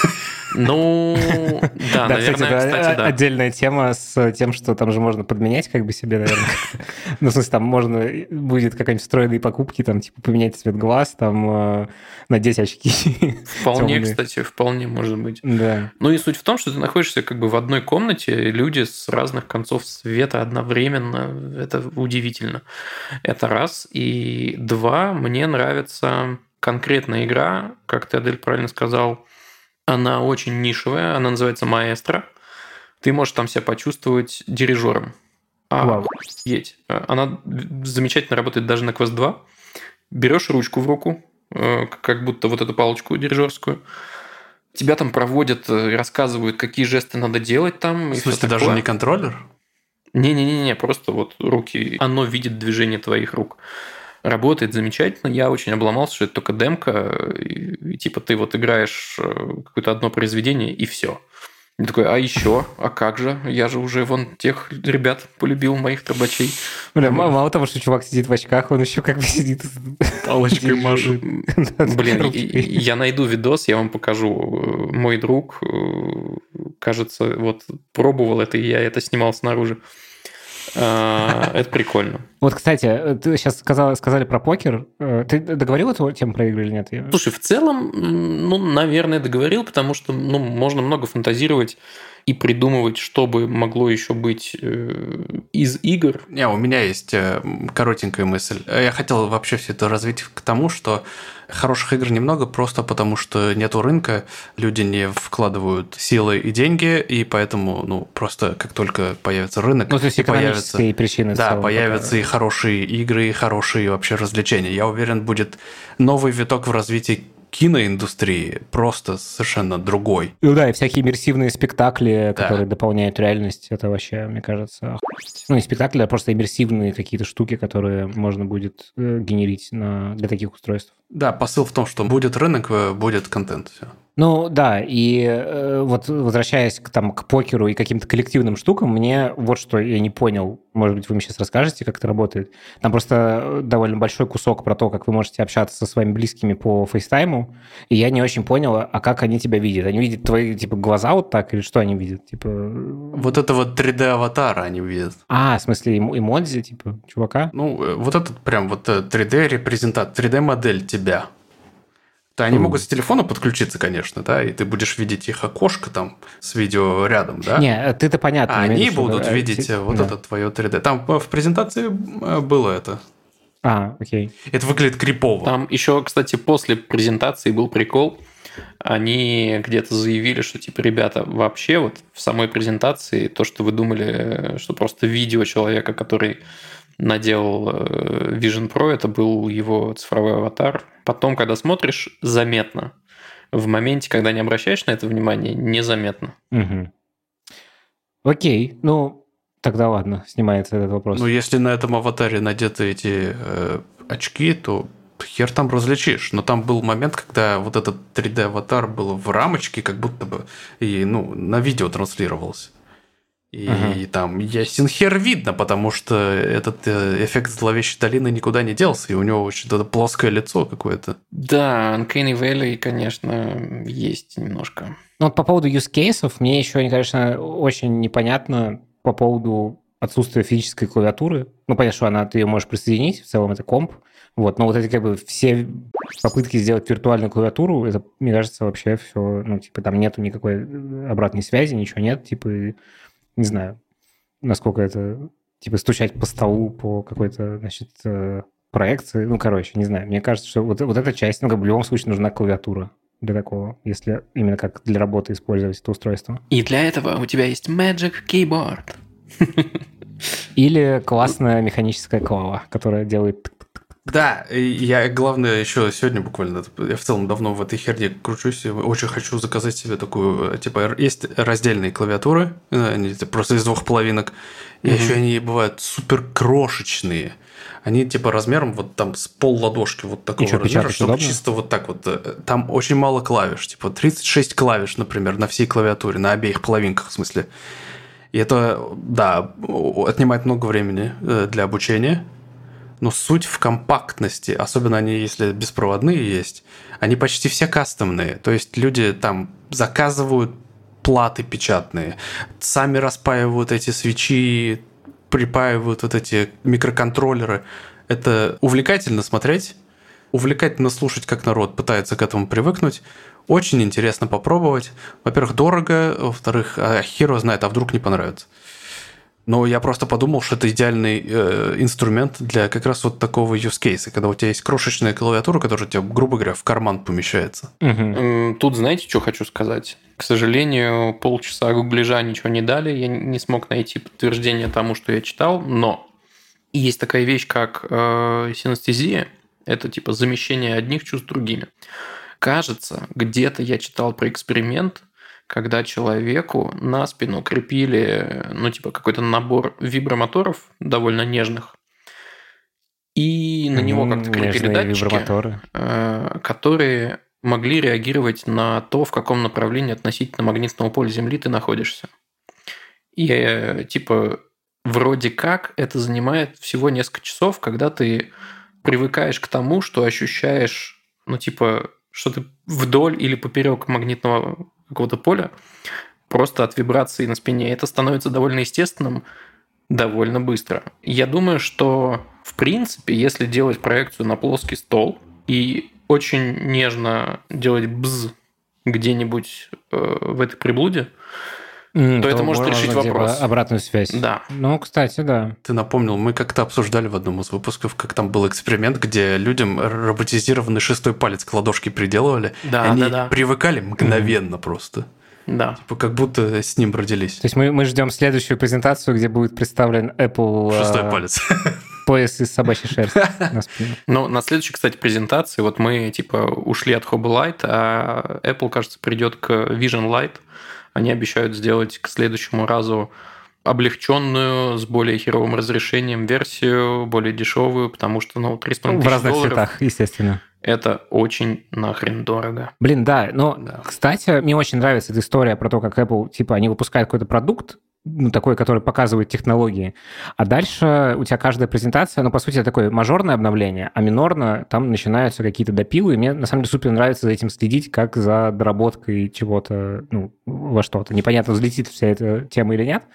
Да, наверное, кстати, да. Отдельная тема с тем, что там же можно подменять как бы себе, наверное. В смысле, там можно будет какие-нибудь встроенные покупки, там, поменять цвет глаз, там, надеть очки. Вполне, кстати, вполне может быть. Да. И суть в том, что ты находишься как бы в одной комнате, люди с разных концов света одновременно. Это удивительно. Это раз. И два, мне нравится конкретная игра, как ты, Адель, правильно сказал. Она очень нишевая, она называется «Маэстро». Ты можешь там себя почувствовать дирижером. Охуеть. Она замечательно работает даже на Quest 2. Берешь ручку в руку, как будто вот эту палочку дирижерскую. Тебя там проводят, рассказывают, какие жесты надо делать там. В смысле, даже не контроллер? Не-не-не, просто вот руки. Оно видит движение твоих рук. Работает замечательно. Я очень обломался, что это только демка. И ты вот играешь какое-то одно произведение, и все. И такой, а еще? А как же? Я же уже вон тех ребят полюбил, моих трубачей. Мало того, что чувак сидит в очках, он еще как бы сидит палочкой машет. Блин, я найду видос, я вам покажу. Мой друг, кажется, вот пробовал это, и я это снимал снаружи. Это прикольно. Вот, кстати, ты сейчас сказали про покер. Ты договорил эту тему про игры или нет? Слушай, в целом, наверное, договорил, потому что можно много фантазировать и придумывать, что бы могло еще быть из игр. У меня есть коротенькая мысль. Я хотел вообще все это развить к тому, что хороших игр немного просто потому, что нету рынка, люди не вкладывают силы и деньги, и поэтому, просто как только появится рынок... то есть экономические причины. Да, появятся и хорошие игры, и хорошие вообще развлечения. Я уверен, будет новый виток в развитии киноиндустрии, просто совершенно другой. И всякие иммерсивные спектакли, которые дополняют реальность, это вообще, мне кажется, не спектакли, а просто иммерсивные какие-то штуки, которые можно будет генерить для таких устройств. Да, посыл в том, что будет рынок, будет контент, все. И вот возвращаясь к покеру и каким-то коллективным штукам, мне вот что я не понял, может быть, вы мне сейчас расскажете, как это работает. Там просто довольно большой кусок про то, как вы можете общаться со своими близкими по фейстайму, и я не очень понял, а как они тебя видят? Они видят твои, глаза вот так, или что они видят? Вот это вот 3D-аватара они видят. В смысле эмодзи, чувака? Вот этот прям вот 3D-репрезентат, 3D-модель тебя. Они могут с телефона подключиться, конечно, да, и ты будешь видеть их окошко там с видео рядом, да? Не, ты-то понятно. Они будут видеть это твое 3D. Там в презентации было это. Окей. Это выглядит крипово. Там еще, кстати, после презентации был прикол. Они где-то заявили, что ребята, вообще вот в самой презентации то, что вы думали, что просто видео человека, который надел Vision Pro, это был его цифровой аватар. Потом, когда смотришь, заметно. В моменте, когда не обращаешь на это внимание, незаметно. Угу. Окей, тогда ладно, снимается этот вопрос. Если на этом аватаре надеты эти очки, то хер там различишь. Но там был момент, когда вот этот 3D-аватар был в рамочке, как будто бы, и, на видео транслировался. И там ясен хер видно, потому что этот эффект зловещей долины никуда не делся, и у него очень плоское лицо какое-то. Да, Uncanny Valley, конечно, есть немножко. Вот по поводу use cases мне еще, конечно, очень непонятно по поводу отсутствия физической клавиатуры. Понятно, что ты ее можешь присоединить, в целом это комп. Вот, но вот эти все попытки сделать виртуальную клавиатуру, это, мне кажется, вообще все, там нету никакой обратной связи, ничего нет, не знаю, насколько это, стучать по столу по какой-то, проекции. Не знаю. Мне кажется, что вот эта часть, в любом случае нужна клавиатура для такого, если именно как для работы использовать это устройство. И для этого у тебя есть Magic Keyboard. Или классная механическая клава, которая делает... Да, главное, еще сегодня буквально, я в целом давно в этой херне кручусь, очень хочу заказать себе такую, есть раздельные клавиатуры, они просто из 2 половинок, и еще они бывают супер крошечные. Они размером вот там с пол-ладошки вот такого размера, чтобы удобно? Чисто вот так вот. Там очень мало клавиш, 36 клавиш, например, на всей клавиатуре, на обеих половинках в смысле. И это, да, отнимает много времени для обучения. Но суть в компактности, особенно они, если беспроводные есть, они почти все кастомные. То есть люди там заказывают платы печатные, сами распаивают эти свечи, припаивают вот эти микроконтроллеры. Это увлекательно смотреть, увлекательно слушать, как народ пытается к этому привыкнуть. Очень интересно попробовать. Во-первых, дорого, во-вторых, хер его знает, а вдруг не понравится. Но я просто подумал, что это идеальный инструмент для как раз вот такого use case, когда у тебя есть крошечная клавиатура, которая у тебя, грубо говоря, в карман помещается. Тут знаете, что хочу сказать? К сожалению, полчаса гугляжа ничего не дали, я не смог найти подтверждение тому, что я читал, но есть такая вещь, как синестезия, это замещение одних чувств другими. Кажется, где-то я читал про эксперимент, когда человеку на спину крепили, какой-то набор вибромоторов довольно нежных, и на него как-то крепили датчики, которые могли реагировать на то, в каком направлении относительно магнитного поля Земли ты находишься. И вроде как это занимает всего несколько часов, когда ты привыкаешь к тому, что ощущаешь, что ты вдоль или поперек магнитного какого-то поля, просто от вибрации на спине. Это становится довольно естественным довольно быстро. Я думаю, что в принципе, если делать проекцию на плоский стол и очень нежно делать бз где-нибудь в этой приблуде, то это может решить вопрос. Обратную связь. Да. Кстати, да. Ты напомнил, мы как-то обсуждали в одном из выпусков, как там был эксперимент, где людям роботизированный 6-й палец к ладошке приделывали. Да, и они привыкали мгновенно просто. Да. Как будто с ним родились. То есть мы ждем следующую презентацию, где будет представлен Apple... 6-й палец. Пояс из собачьей шерсти на спине. На следующей, кстати, презентации мы ушли от Hobby Light, а Apple, кажется, придет к Vision Light. Они обещают сделать к следующему разу облегченную, с более херовым разрешением версию, более дешевую, потому что, $3,5 тысяч. В разных цветах, естественно. Это очень нахрен дорого. Блин, да. Кстати, мне очень нравится эта история про то, как Apple, они выпускают какой-то продукт, такой, который показывает технологии, а дальше у тебя каждая презентация, по сути, это такое мажорное обновление, а минорно там начинаются какие-то допилы, и мне, на самом деле, супер нравится за этим следить, как за доработкой чего-то, во что-то. Непонятно, взлетит вся эта тема или нет,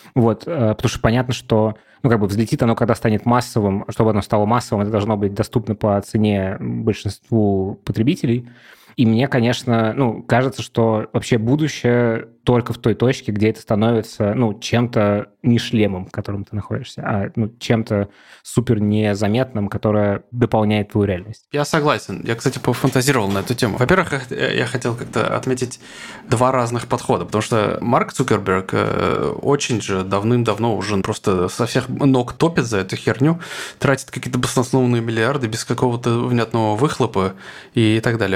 потому что понятно, что взлетит оно, когда станет массовым. Чтобы оно стало массовым, это должно быть доступно по цене большинству потребителей. И мне, конечно, кажется, что вообще будущее только в той точке, где это становится, чем-то не шлемом, в котором ты находишься, а чем-то супер незаметным, которое дополняет твою реальность. Я согласен. Я, кстати, пофантазировал на эту тему. Во-первых, я хотел как-то отметить 2 разных подхода, потому что Марк Цукерберг очень же давным-давно уже просто со всех ног топит за эту херню, тратит какие-то баснословные миллиарды без какого-то внятного выхлопа и так далее. Вот там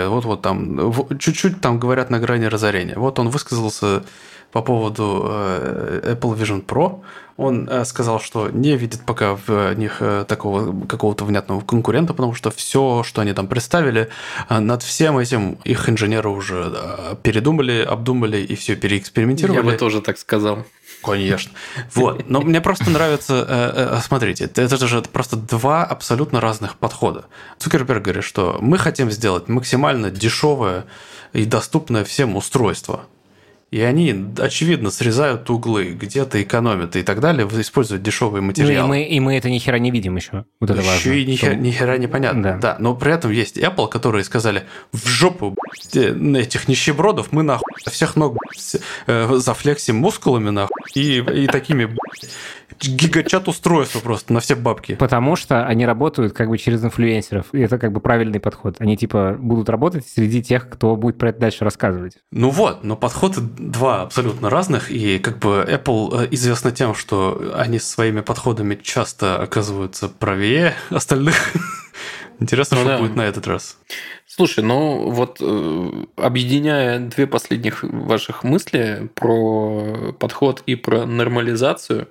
там чуть-чуть там говорят на грани разорения. Вот он высказался по поводу Apple Vision Pro. Он сказал, что не видит пока в них такого какого-то внятного конкурента, потому что все, что они там представили, над всем этим их инженеры уже передумали, обдумали и все переэкспериментировали. Я бы тоже так сказал. Конечно. Вот. Но мне просто нравится... Смотрите, это же просто два абсолютно разных подхода. Цукерберг говорит, что мы хотим сделать максимально дешевое и доступное всем устройство. И они, очевидно, срезают углы, где-то экономят и так далее, используют дешевые материалы. Ну, и мы это ни хера не видим еще. Вот это важно. Еще и ни хера непонятно. Да. Но при этом есть Apple, которые сказали, в жопу этих нищебродов мы нахуй всех ног зафлексим мускулами нахуй и такими гигачат устройства просто на все бабки. Потому что они работают как бы через инфлюенсеров. И это как бы правильный подход. Они типа будут работать среди тех, кто будет про это дальше рассказывать. Ну вот, но подходы два абсолютно разных. И как бы Apple известна тем, что они своими подходами часто оказываются правее остальных. Интересно, что будет на этот раз. Слушай, ну вот объединяя две последних ваших мысли про подход и про нормализацию,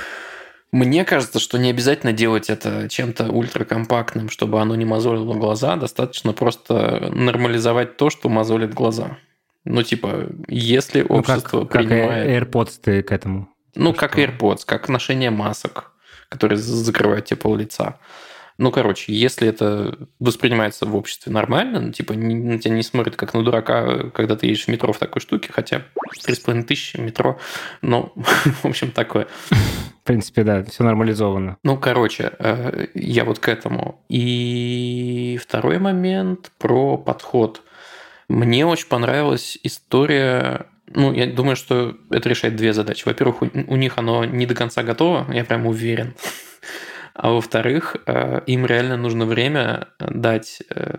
мне кажется, что не обязательно делать это чем-то ультракомпактным, чтобы оно не мозолило глаза. Достаточно просто нормализовать то, что мозолит глаза. Ну, типа, если общество принимает... Как AirPods ты к этому? Ну, как AirPods, как ношение масок, которые закрывают тебе пол-лица. Ну, короче, если это воспринимается в обществе нормально, ну, типа, на тебя не смотрят как на дурака, когда ты едешь в метро в такой штуке, хотя 3500 метро, ну, в общем, такое. В принципе, да, все нормализовано. Ну, короче, я вот к этому. И второй момент про подход. Мне очень понравилась история... Ну, я думаю, что это решает две задачи. Во-первых, у них оно не до конца готово, я прям уверен. А во-вторых, им реально нужно время дать,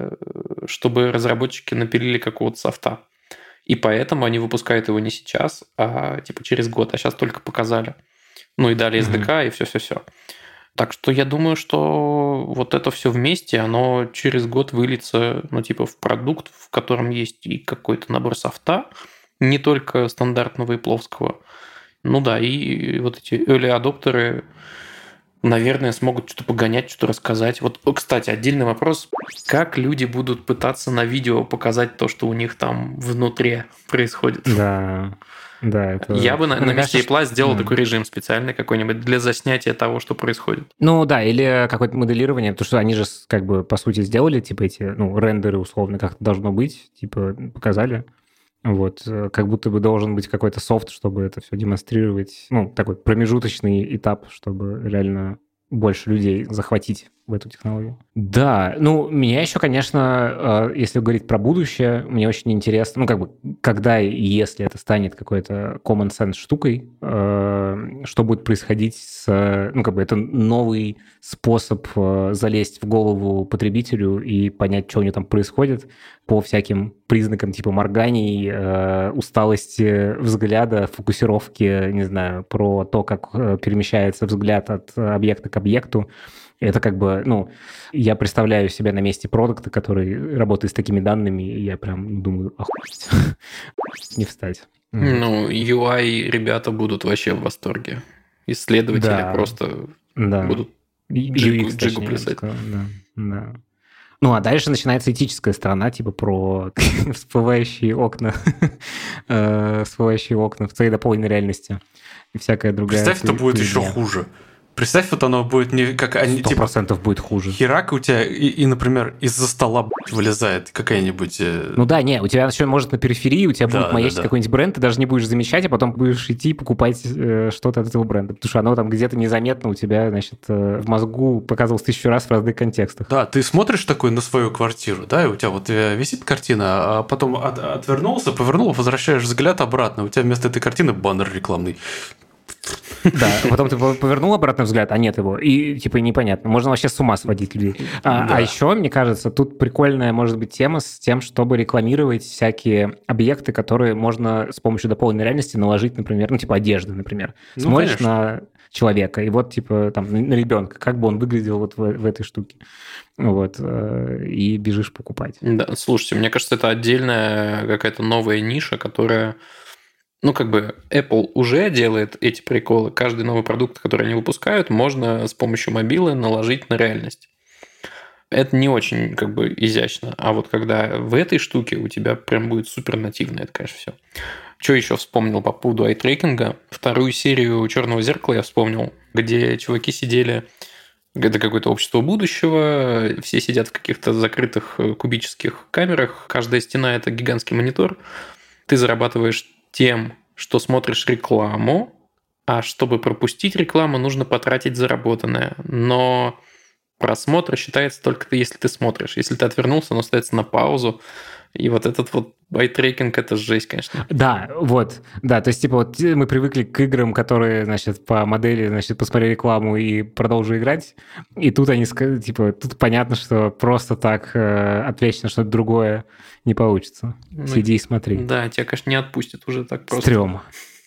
чтобы разработчики напилили какого-то софта. И поэтому они выпускают его не сейчас, а типа через год, а сейчас только показали. Ну и дали SDK, и все-все-все. Так что я думаю, что вот это все вместе, оно через год выльется, ну, типа, в продукт, в котором есть и какой-то набор софта, не только стандартного и плоского. Ну да, и вот эти early-адоптеры, наверное, смогут что-то погонять, что-то рассказать. Вот, кстати, отдельный вопрос. Как люди будут пытаться на видео показать то, что у них там внутри происходит? Да. Да, это... Я бы на месте Apple сделал такой режим специальный какой-нибудь для заснятия того, что происходит. Ну да, или какое-то моделирование, потому что они же как бы по сути сделали типа эти, ну, рендеры условно, как это должно быть, типа показали. Вот, как будто бы должен быть какой-то софт, чтобы это все демонстрировать. Ну, такой промежуточный этап, чтобы реально больше людей захватить в эту технологию. Да, ну, меня еще, конечно, если говорить про будущее, мне очень интересно, ну, как бы, когда и если это станет какой-то common sense штукой, что будет происходить с... Ну, как бы, это новый способ залезть в голову потребителю и понять, что у него там происходит по всяким признакам типа морганий, усталости взгляда, фокусировки, не знаю, про то, как перемещается взгляд от объекта к объекту. Это как бы, ну, я представляю себя на месте продукта, который работает с такими данными, и я прям думаю, охуеть, не встать. Ну, UI ребята будут вообще в восторге. Исследователи просто будут джигу плясать. Да. Ну, а дальше начинается этическая сторона, типа про всплывающие окна в твоей дополненной реальности и всякая другая. Представь, это будет еще хуже. Представь, вот оно будет не как они 100% типа будет хуже. Херак у тебя и, например, из-за стола вылезает какая-нибудь. Ну да, не, у тебя еще может на периферии, у тебя будет маячить какой-нибудь бренд, ты даже не будешь замечать, а потом будешь идти покупать что-то от этого бренда, потому что оно там где-то незаметно у тебя, значит, в мозгу показывалось 1000 раз в разных контекстах. Да, ты смотришь такой на свою квартиру, да, и у тебя вот висит картина, а потом отвернулся, повернул, возвращаешь взгляд обратно, у тебя вместо этой картины баннер рекламный. Да, потом ты повернул обратно взгляд, а нет его, и типа непонятно. Можно вообще с ума сводить людей. А еще, мне кажется, тут прикольная может быть тема с тем, чтобы рекламировать всякие объекты, которые можно с помощью дополненной реальности наложить, например, ну типа одежды, например. Смотришь на человека, и вот типа там на ребенка, как бы он выглядел вот в этой штуке. Вот, и бежишь покупать. Да, слушайте, мне кажется, это отдельная какая-то новая ниша, которая... Ну, как бы Apple уже делает эти приколы. Каждый новый продукт, который они выпускают, можно с помощью мобилы наложить на реальность. Это не очень как бы изящно. А вот когда в этой штуке у тебя прям будет супер нативно, это, конечно, все. Что еще вспомнил по поводу айтрекинга? Вторую серию «Черного зеркала» я вспомнил, где чуваки сидели... Это какое-то общество будущего, все сидят в каких-то закрытых кубических камерах, каждая стена – это гигантский монитор. Ты зарабатываешь тем, что смотришь рекламу, а чтобы пропустить рекламу, нужно потратить заработанное. Но просмотр считается только если ты смотришь. Если ты отвернулся, он ставится на паузу. И вот этот вот байтрекинг – это жесть, конечно. Да, вот. Да, то есть, типа, вот мы привыкли к играм, которые, значит, по модели, значит, посмотрели рекламу и продолжу играть. И тут они, типа, тут понятно, что просто так отвлечься на что-то другое не получится. Сиди и смотри. Да, тебя, конечно, не отпустят уже так просто. Стрём.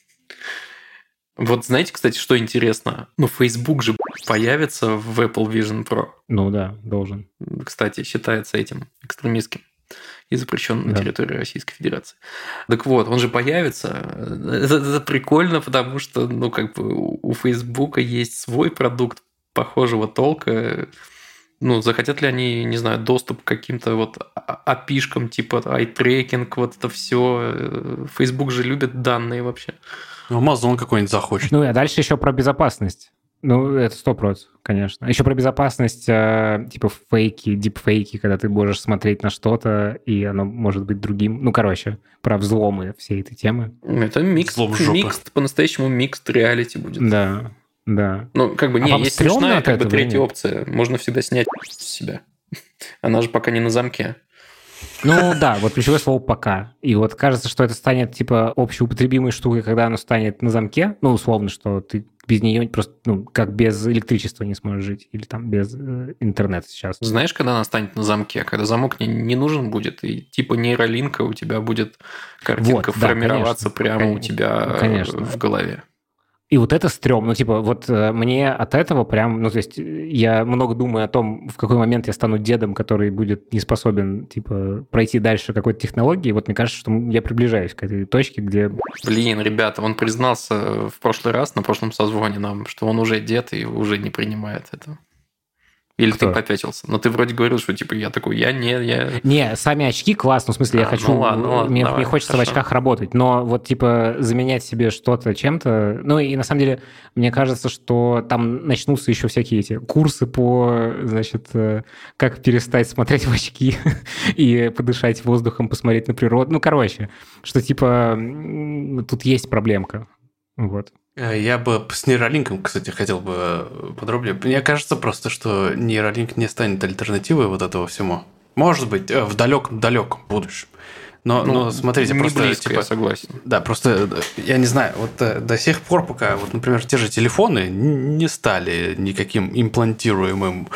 Вот знаете, кстати, что интересно? Ну, Facebook же появится в Apple Vision Pro. Ну да, должен. Кстати, считается этим экстремистским и запрещен на территории Российской Федерации. Так вот, он же появится. Это прикольно, потому что, ну, как бы у Фейсбука есть свой продукт похожего толка. Ну, захотят ли они, не знаю, доступ к каким-то вот API-шкам, типа айтрекинг, вот это все. Facebook же любит данные вообще. Amazon какой-нибудь захочет. Ну, а дальше еще про безопасность. Ну, это 100%, конечно. Еще про безопасность, типа фейки, дипфейки, когда ты можешь смотреть на что-то, и оно может быть другим. Ну, короче, про взломы всей этой темы. Это микс, по-настоящему микст реалити будет. Да, да. Ну, как бы, есть смешная как бы третья опция. Можно всегда снять с себя. Она же пока не на замке. Ну да, вот ключевое слово «пока». И вот кажется, что это станет типа общеупотребимой штукой, когда оно станет на замке. Ну, условно, что ты без нее просто, ну, как без электричества не сможешь жить. Или там без интернета сейчас. Знаешь, когда она станет на замке? Когда замок не нужен будет, и типа нейролинка у тебя будет картинка вот, формироваться прямо у тебя в голове. И вот это стрём. Ну, типа, вот мне от этого прям... Ну, то есть я много думаю о том, в какой момент я стану дедом, который будет не способен, типа, пройти дальше какой-то технологии. Вот мне кажется, что я приближаюсь к этой точке, где... Блин, ребята, он признался в прошлый раз, на прошлом созвоне нам, что он уже дед и уже не принимает этого. Или Кто? Ты попятился? Но ты вроде говорил, что типа я такой, я... Не, сами очки классно, в смысле, я хочу... Ну ладно, мне давай, хочется хорошо. в очках работать, но вот типа заменять себе что-то чем-то... Ну и на самом деле, мне кажется, что там начнутся еще всякие эти курсы по, значит, как перестать смотреть в очки и подышать воздухом, посмотреть на природу. Ну, короче, что типа тут есть проблемка. Вот. Я бы с нейролинком, кстати, хотел бы подробнее. Мне кажется просто, что нейролинк не станет альтернативой вот этого всему. Может быть, в далеком будущем. Но смотрите, не просто... близко, я согласен. Да, просто, я не знаю, вот до сих пор, пока, вот, например, те же телефоны не стали никаким имплантируемым,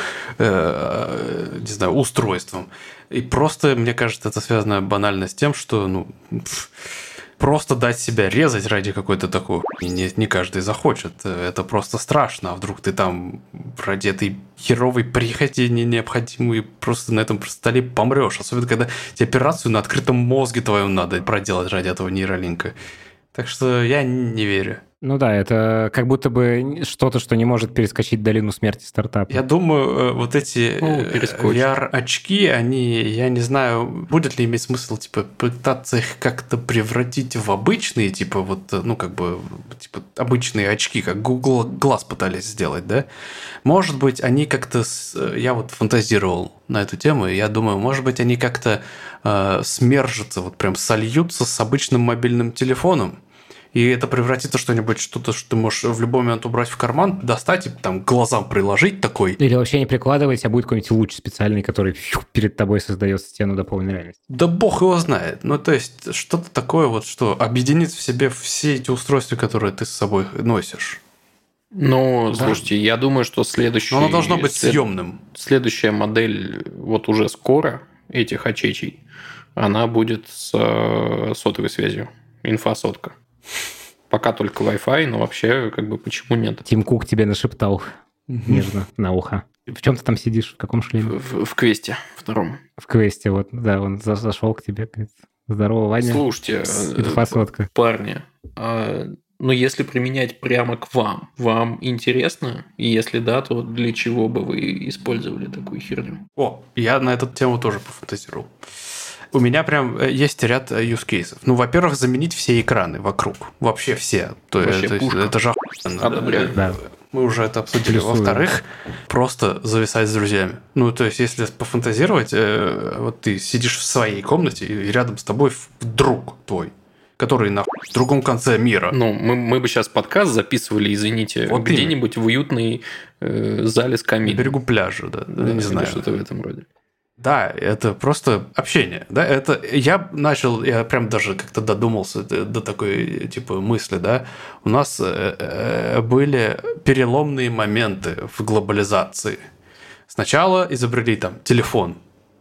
не знаю, устройством. И просто, мне кажется, это связано банально с тем, что, ну... Просто дать себя резать ради какой-то такой не каждый захочет. Это просто страшно. А вдруг ты там ради этой херовой прихоти необходимой просто на этом столе помрешь. Особенно, когда тебе операцию на открытом мозге твоем надо проделать ради этого нейролинка. Так что я не верю. Ну да, это как будто бы что-то, что не может перескочить долину смерти стартапа. Я думаю, вот эти VR-очки, они, я не знаю, будет ли иметь смысл, типа, пытаться их как-то превратить в обычные, типа, вот, ну, как бы, типа, обычные очки, как Google Glass пытались сделать, да? Может быть, они как-то... Я вот фантазировал на эту тему, и я думаю, может быть, они как-то смержатся, вот прям сольются с обычным мобильным телефоном. И это превратится в что-нибудь, что-то, что ты можешь в любой момент убрать в карман, достать и там к глазам приложить такой. Или вообще не прикладывать, а будет какой-нибудь луч специальный, который перед тобой создает стену дополненной реальности. Да бог его знает. Ну, то есть, что-то такое вот, что объединит в себе все эти устройства, которые ты с собой носишь. Ну, слушайте, я думаю, что следующий... Но оно должно быть съемным. Следующая модель вот уже скоро этих очечей, она будет с сотовой связью. Инфосотка. Пока только Wi-Fi, но вообще, как бы, почему нет? Тим Кук тебе нашептал нежно на ухо. В чем ты там сидишь? В каком шлеме? В квесте втором. В квесте, вот, да, он зашел к тебе, говорит: здорово, Ваня. Слушайте, инфосотка. Парни, ну, если применять прямо к вам интересно? И если да, то для чего бы вы использовали такую херню? О, я на эту тему тоже пофантазировал. У меня прям есть ряд use cases. Ну, во-первых, заменить все экраны вокруг. Вообще все. Вообще это же охуенно. Да. Мы уже это обсудили. Плюсую. Во-вторых, просто зависать с друзьями. Ну, то есть, если пофантазировать, вот ты сидишь в своей комнате, и рядом с тобой друг твой, который в другом конце мира. Ну, мы бы сейчас подкаст записывали, извините, вот где-нибудь в уютной зале с камином. На берегу пляжа, да не знаю. Что-то в этом роде. Да, это просто общение. Да? Это я прям даже как-то додумался до такой типа мысли, да. У нас были переломные моменты в глобализации. Сначала изобрели там телефон,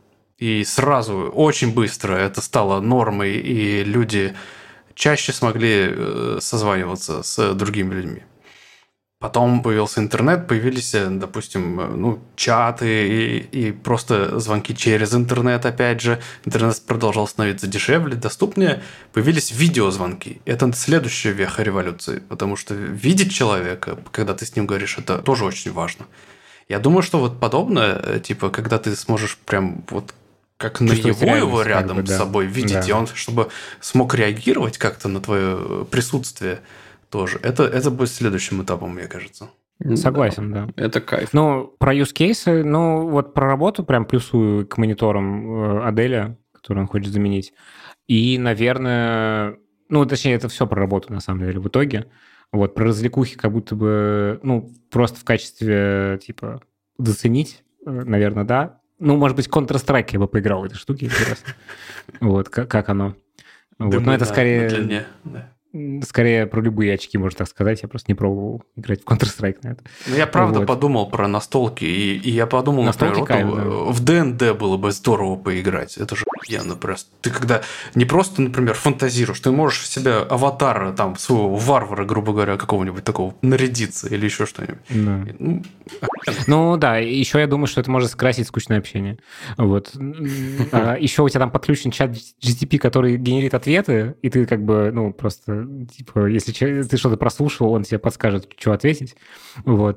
и сразу очень быстро это стало нормой, и люди чаще смогли созваниваться с другими людьми. Потом появился интернет, появились, допустим, чаты и просто звонки через интернет, опять же. Интернет продолжал становиться дешевле, доступнее. Появились видеозвонки. Это следующая веха революции, потому что видеть человека, когда ты с ним говоришь, это тоже очень важно. Я думаю, что вот подобное, типа, когда ты сможешь прям вот как наяву его рядом как бы, с собой видеть, и он, чтобы смог реагировать как-то на твое присутствие, тоже. Это будет следующим этапом, мне кажется. Согласен, да. Это кайф. Ну, про use cases, вот про работу прям плюсую к мониторам Аделя, который он хочет заменить. И, наверное, точнее, это все про работу, на самом деле, в итоге. Вот, про развлекухи как будто бы, просто в качестве, типа, заценить, наверное, да. Может быть, Counter-Strike я бы поиграл в этой штуке, интересно. Вот, как оно. Вот. Но это скорее... Скорее про любые очки, можно так сказать. Я просто не пробовал играть в Counter-Strike на это. Я правда подумал про настолки, и я подумал, например, в ДНД было бы здорово поиграть. Это же охуенно просто. Ты когда не просто, например, фантазируешь, ты можешь в себя аватара, там, своего варвара, грубо говоря, какого-нибудь такого нарядиться или еще что-нибудь. Да. Да, еще я думаю, что это может скрасить скучное общение. Вот. Еще у тебя там подключен чат GTP, который генерит ответы, и ты как бы, просто типа, если ты что-то прослушал, он тебе подскажет, что ответить. Вот.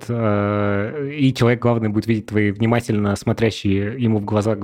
И человек, главное, будет видеть твои внимательно смотрящие ему в глаза.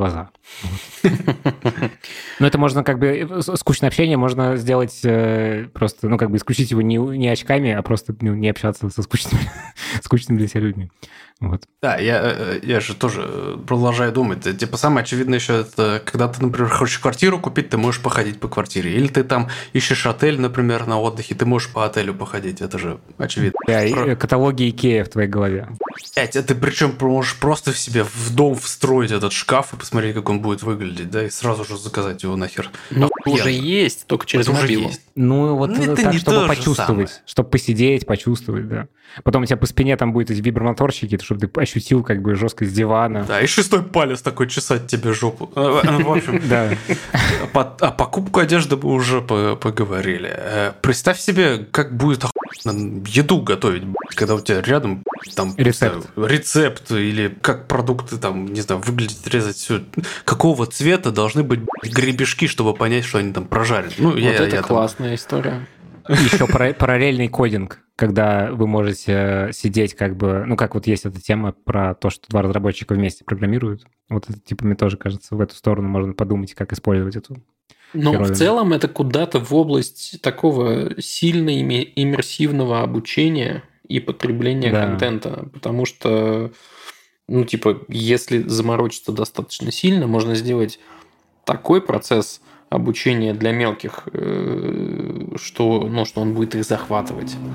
Но это можно как бы... Скучное общение можно сделать просто, исключить его не очками, а просто не общаться со скучными для себя людьми. Вот. Да, я же тоже продолжаю думать. Типа, самое очевидное еще, это когда ты, например, хочешь квартиру купить, ты можешь походить по квартире. Или ты там ищешь отель, например, на отдыхе, ты можешь по отелю походить. Это же очевидно. Да, и каталоги Икея в твоей голове. Ты причем можешь просто в себе в дом встроить этот шкаф и посмотреть, как он будет выглядеть, да, и сразу же заказать его нахер. Уже есть, только через мобилу. Так, чтобы почувствовать, чтобы посидеть, почувствовать, да. Потом у тебя по спине там будут эти вибромоторчики, чтобы ты ощутил как бы жесткость дивана. Да, и шестой палец такой чесать тебе жопу. В общем, да. А покупку одежды мы уже поговорили. Представь себе, как будет еду готовить, когда у тебя рядом там рецепт или как продукты там, не знаю, выглядят, резать все. Какого цвета должны быть гребешки, чтобы понять, что они там прожарены. Это классная история. Еще параллельный кодинг, когда вы можете сидеть как бы... как вот есть эта тема про то, что два разработчика вместе программируют. Вот это, типа, мне тоже кажется, в эту сторону можно подумать, как использовать эту херовину. В целом это куда-то в область такого сильно иммерсивного обучения и потребления контента. Потому что, если заморочиться достаточно сильно, можно сделать такой процесс обучение для мелких, что он будет их захватывать.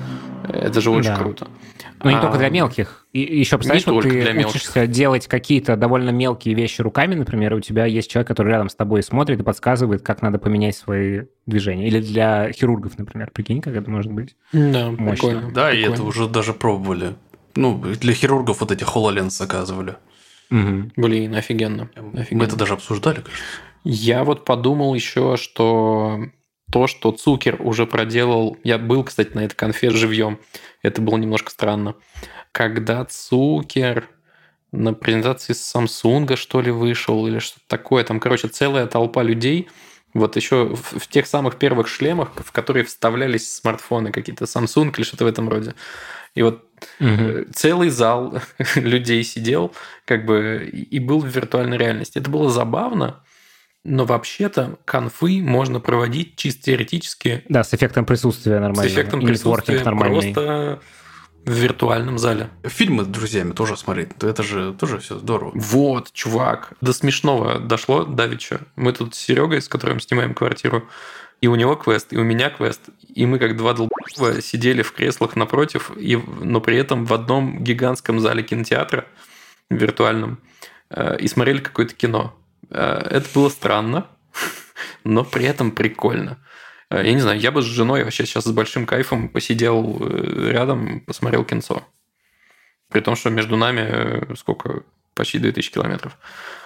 Это же очень круто. Но не только для мелких. И еще, представляешь, вот ты учишься делать какие-то довольно мелкие вещи руками, например, и у тебя есть человек, который рядом с тобой смотрит и подсказывает, как надо поменять свои движения. Или для хирургов, например. Прикинь, как это может быть. Да, прикольно. Да, и это уже даже пробовали. Ну, для хирургов вот эти HoloLens заказывали. Блин, офигенно. Мы это даже обсуждали, конечно. Я вот подумал еще, что то, что Цукер уже проделал... Я был, кстати, на этой конфе живьем. Это было немножко странно. Когда Цукер на презентации Samsung, что ли, вышел, или что-то такое, там, короче, целая толпа людей, вот еще в тех самых первых шлемах, в которые вставлялись смартфоны какие-то, Samsung или что-то в этом роде. И вот целый зал людей сидел, как бы, и был в виртуальной реальности. Это было забавно, но вообще-то конфы можно проводить чисто теоретически. Да, с эффектом присутствия нормально. С эффектом присутствия просто в виртуальном зале. Фильмы с друзьями тоже смотреть. Это же тоже все здорово. Вот, чувак. До смешного дошло давеча. Мы тут с Серегой, с которым снимаем квартиру, и у него квест, и у меня квест. И мы как два долб***а сидели в креслах напротив, но при этом в одном гигантском зале кинотеатра виртуальном и смотрели какое-то кино. Это было странно, но при этом прикольно. Я не знаю, я бы с женой вообще сейчас с большим кайфом посидел рядом, посмотрел кинцо. При том, что между нами сколько? Почти 2000 километров.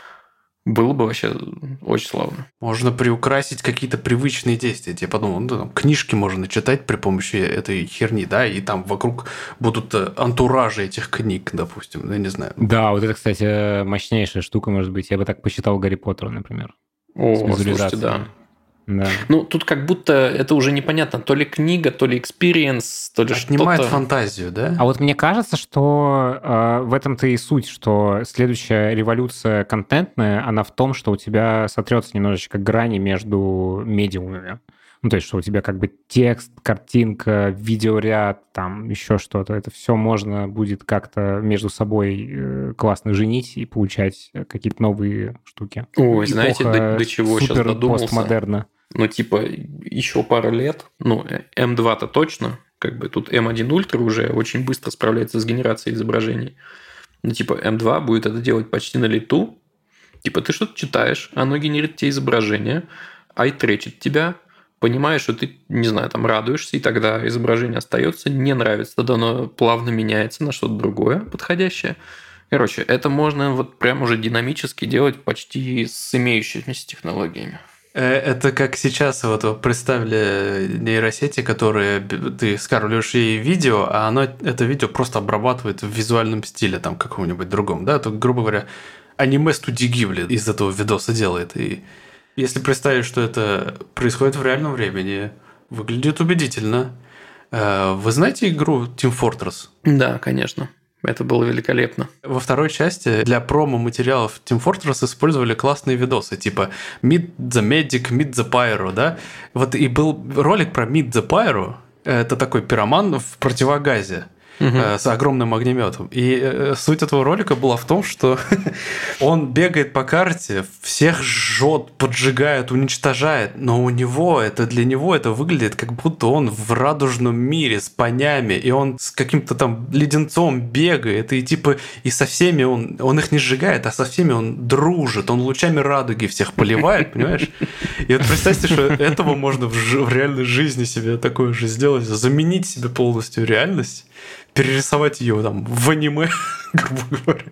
Было бы вообще очень славно. Можно приукрасить какие-то привычные действия. Я подумал, там книжки можно читать при помощи этой херни, да, и там вокруг будут антуражи этих книг, допустим, я не знаю. Да, вот это, кстати, мощнейшая штука, может быть. Я бы так посчитал Гарри Поттера, например. О, слушайте, да. Ну, тут как будто это уже непонятно, то ли книга, то ли экспириенс, то ли что-то. Отнимает фантазию, да? А вот мне кажется, что в этом-то и суть, что следующая революция контентная, она в том, что у тебя сотрется немножечко грани между медиумами. Ну, то есть, что у тебя как бы текст, картинка, видеоряд, там еще что-то. Это все можно будет как-то между собой классно женить и получать какие-то новые штуки. Ой, знаете, до чего сейчас додумался? Постмодерна. Ну, типа, еще пару лет, ну, M2-то точно, как бы тут M1 Ultra уже очень быстро справляется с генерацией изображений. Ну, типа, M2 будет это делать почти на лету. Типа, ты что-то читаешь, оно генерит тебе изображение, айтречит тебя, понимаешь, что ты, не знаю, там радуешься, и тогда изображение остается, не нравится, тогда оно плавно меняется на что-то другое подходящее. Короче, это можно вот прям уже динамически делать почти с имеющимися технологиями. Это как сейчас вот представили нейросети, которые ты скармливаешь ей видео, а оно это видео просто обрабатывает в визуальном стиле, там каком-нибудь другом, да, то, грубо говоря, аниме-студии Гибли из этого видоса делает. И если представить, что это происходит в реальном времени, выглядит убедительно. Вы знаете игру Team Fortress? Да, конечно. Это было великолепно. Во второй части для промо-материалов Team Fortress использовали классные видосы, типа Meet the Medic, Meet the Pyro, да? Вот и был ролик про Meet the Pyro, это такой пироман в противогазе. С огромным огнеметом. И суть этого ролика была в том, что он бегает по карте, всех жжет, поджигает, уничтожает, но для него это выглядит, как будто он в радужном мире с понями, и он с каким-то там леденцом бегает, и типа и со всеми он их не сжигает, а со всеми он дружит, он лучами радуги всех поливает, понимаешь? И вот представьте, что этого можно в реальной жизни себе такое же сделать, заменить себе полностью реальность, перерисовать ее там в аниме, грубо говоря.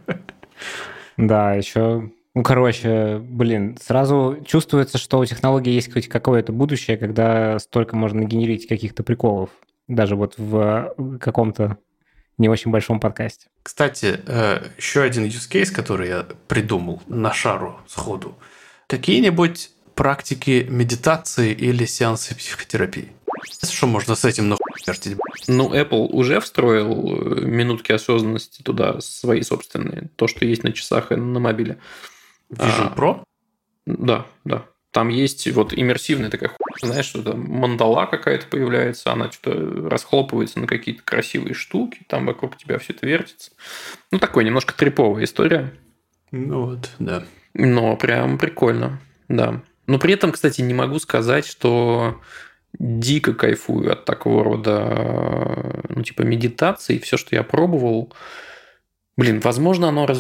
Да, еще... Ну, короче, сразу чувствуется, что у технологии есть хоть какое-то будущее, когда столько можно генерить каких-то приколов. Даже вот в каком-то не очень большом подкасте. Кстати, еще один use case, который я придумал на шару сходу. Какие-нибудь практики медитации или сеансы психотерапии? Что можно с этим нахуяртить? Ну, Apple уже встроил минутки осознанности туда, свои собственные. То, что есть на часах и на мобиле. Vision Pro? Да. Там есть вот иммерсивная такая знаешь, что там мандала какая-то появляется, она что-то расхлопывается на какие-то красивые штуки, там вокруг тебя все это вертится. Ну, такой немножко триповая история. Ну вот, да. Но прям прикольно, да. Но при этом, кстати, не могу сказать, что дико кайфую от такого рода, ну, типа, медитации. Все, что я пробовал, блин, возможно, оно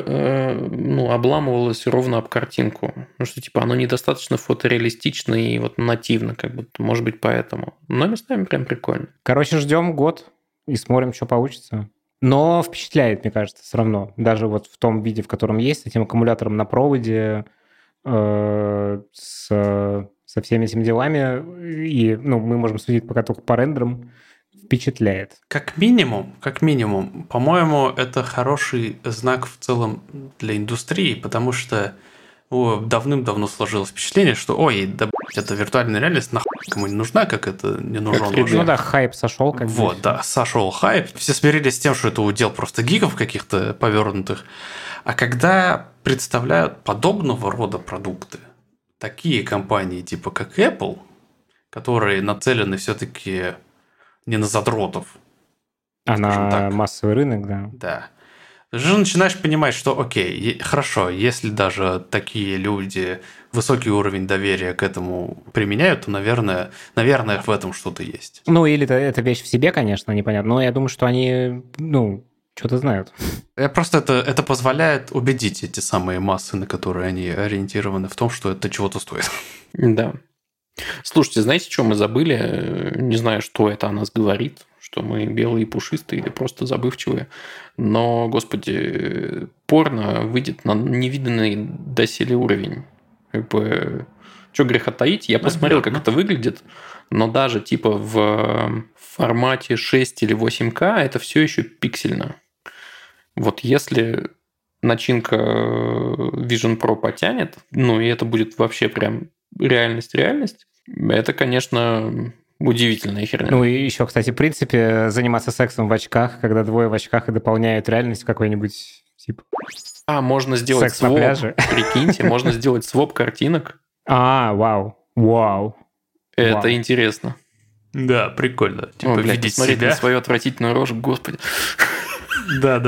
обламывалось ровно об картинку. Потому что, типа, оно недостаточно фотореалистично и вот нативно, как будто, может быть, поэтому. Но местами прям прикольно. Короче, ждем год и смотрим, что получится. Но впечатляет, мне кажется, все равно. Даже вот в том виде, в котором есть, с этим аккумулятором на проводе, со всеми этими делами. И мы можем судить пока только по рендерам. Впечатляет. Как минимум, по-моему, это хороший знак в целом для индустрии, потому что давным-давно сложилось впечатление, что эта виртуальная реальность нахуй кому не нужна, как это не нужно. Ну да, хайп сошел. Сошел хайп. Все смирились с тем, что это удел просто гиков каких-то повернутых. А когда представляют подобного рода продукты, такие компании типа как Apple, которые нацелены все-таки не на задротов, а на массовый рынок, да. Да. Ты же начинаешь понимать, что окей, хорошо, если даже такие люди высокий уровень доверия к этому применяют, то, наверное, в этом что-то есть. Ну, или это вещь в себе, конечно, непонятно, но я думаю, что они, что-то знают. Просто это позволяет убедить эти самые массы, на которые они ориентированы, в том, что это чего-то стоит. Да. Слушайте, знаете, что мы забыли? Не знаю, что это о нас говорит, что мы белые и пушистые или просто забывчивые. Но, господи, порно выйдет на невиданный доселе уровень. Что греха таить? Я посмотрел, как это выглядит, но даже типа в формате 6 или 8К это все еще пиксельно. Вот если начинка Vision Pro потянет, и это будет вообще прям реальность, это, конечно, удивительная херня. Ну и еще, кстати, в принципе, заниматься сексом в очках, когда двое в очках и дополняют реальность какой-нибудь тип. Можно сделать своп, прикиньте, можно сделать своп картинок. Вау. Это интересно. Да, прикольно. Типа видеть посмотреть себя. На свою отвратительную рожу, господи. Да.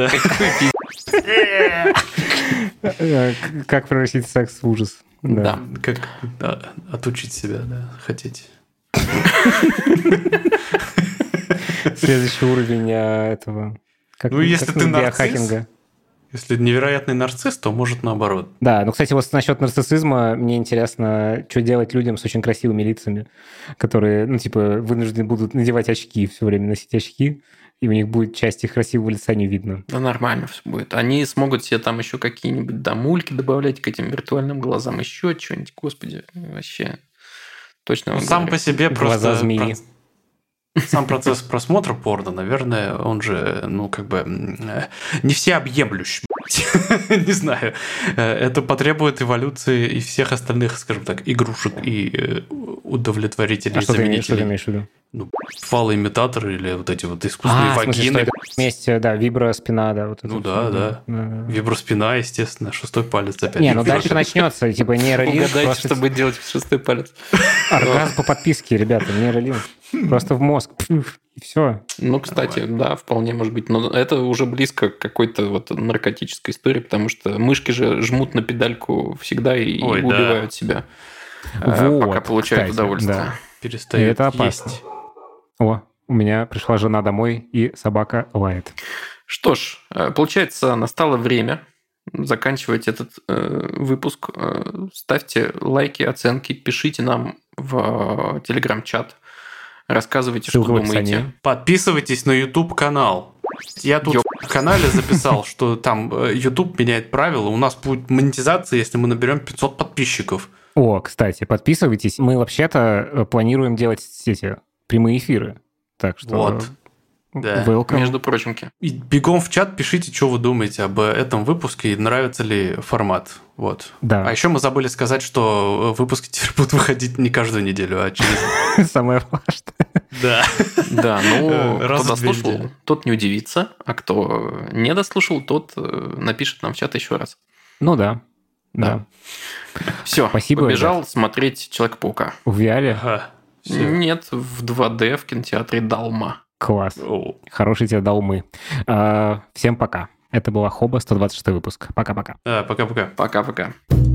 Как превратить секс в ужас. Да. Как отучить себя, хотеть. Следующий уровень этого... если ты биохакинга. Если невероятный нарцисс, то может наоборот. Да, кстати, вот насчет нарциссизма мне интересно, что делать людям с очень красивыми лицами, которые, вынуждены будут надевать очки, все время носить очки, и у них будет часть их красивого лица не видно. Да нормально все будет. Они смогут себе там еще какие-нибудь домульки добавлять к этим виртуальным глазам, еще что-нибудь, господи, вообще точно. Сам по себе глаза просто... змеи. Сам процесс просмотра порно, наверное, он же, не всеобъемлющий, не знаю. Это потребует эволюции и всех остальных, скажем так, игрушек и удовлетворителей, заменителей. Что ты имеешь в виду? Фалоимитаторы или вот эти вот искусственные вагины. Вместе, виброспина, да. Вот да. Виброспина, естественно, шестой палец опять. Дальше начнется, нейролинк. Угадайте, что будет делать шестой палец. Оргазм по подписке, ребята, нейролинк. Просто в мозг. И все. Кстати, да, вполне может быть. Но это уже близко к какой-то наркотической истории, потому что мышки же жмут на педальку всегда и убивают себя, пока получают удовольствие. Да. Перестают это опасно. есть. У меня пришла жена домой, и собака лает. Что ж, получается, настало время заканчивать этот выпуск. Ставьте лайки, оценки, пишите нам в Telegram-чат. Рассказывайте, что думаете. Подписывайтесь на YouTube-канал. Я тут в канале записал, что там YouTube меняет правила. У нас будет монетизация, если мы наберем 500 подписчиков. Кстати, подписывайтесь. Мы вообще-то планируем делать эти прямые эфиры. Так что... Да. Welcome. Между прочимки. И бегом в чат пишите, что вы думаете об этом выпуске и нравится ли формат. Да. А еще мы забыли сказать, что выпуски теперь будут выходить не каждую неделю, а через... Самое важное. Да. Да, кто дослушал, тот не удивится, а кто не дослушал, тот напишет нам в чат еще раз. Да. Все, спасибо, побежал ребят. Смотреть Человека-паука. В VR? Ага. Нет, в 2D в кинотеатре Далма. Класс. Хорошие тебе долмы. Всем пока. Это была Хоба, 126 выпуск. Пока-пока. Пока-пока. Пока-пока.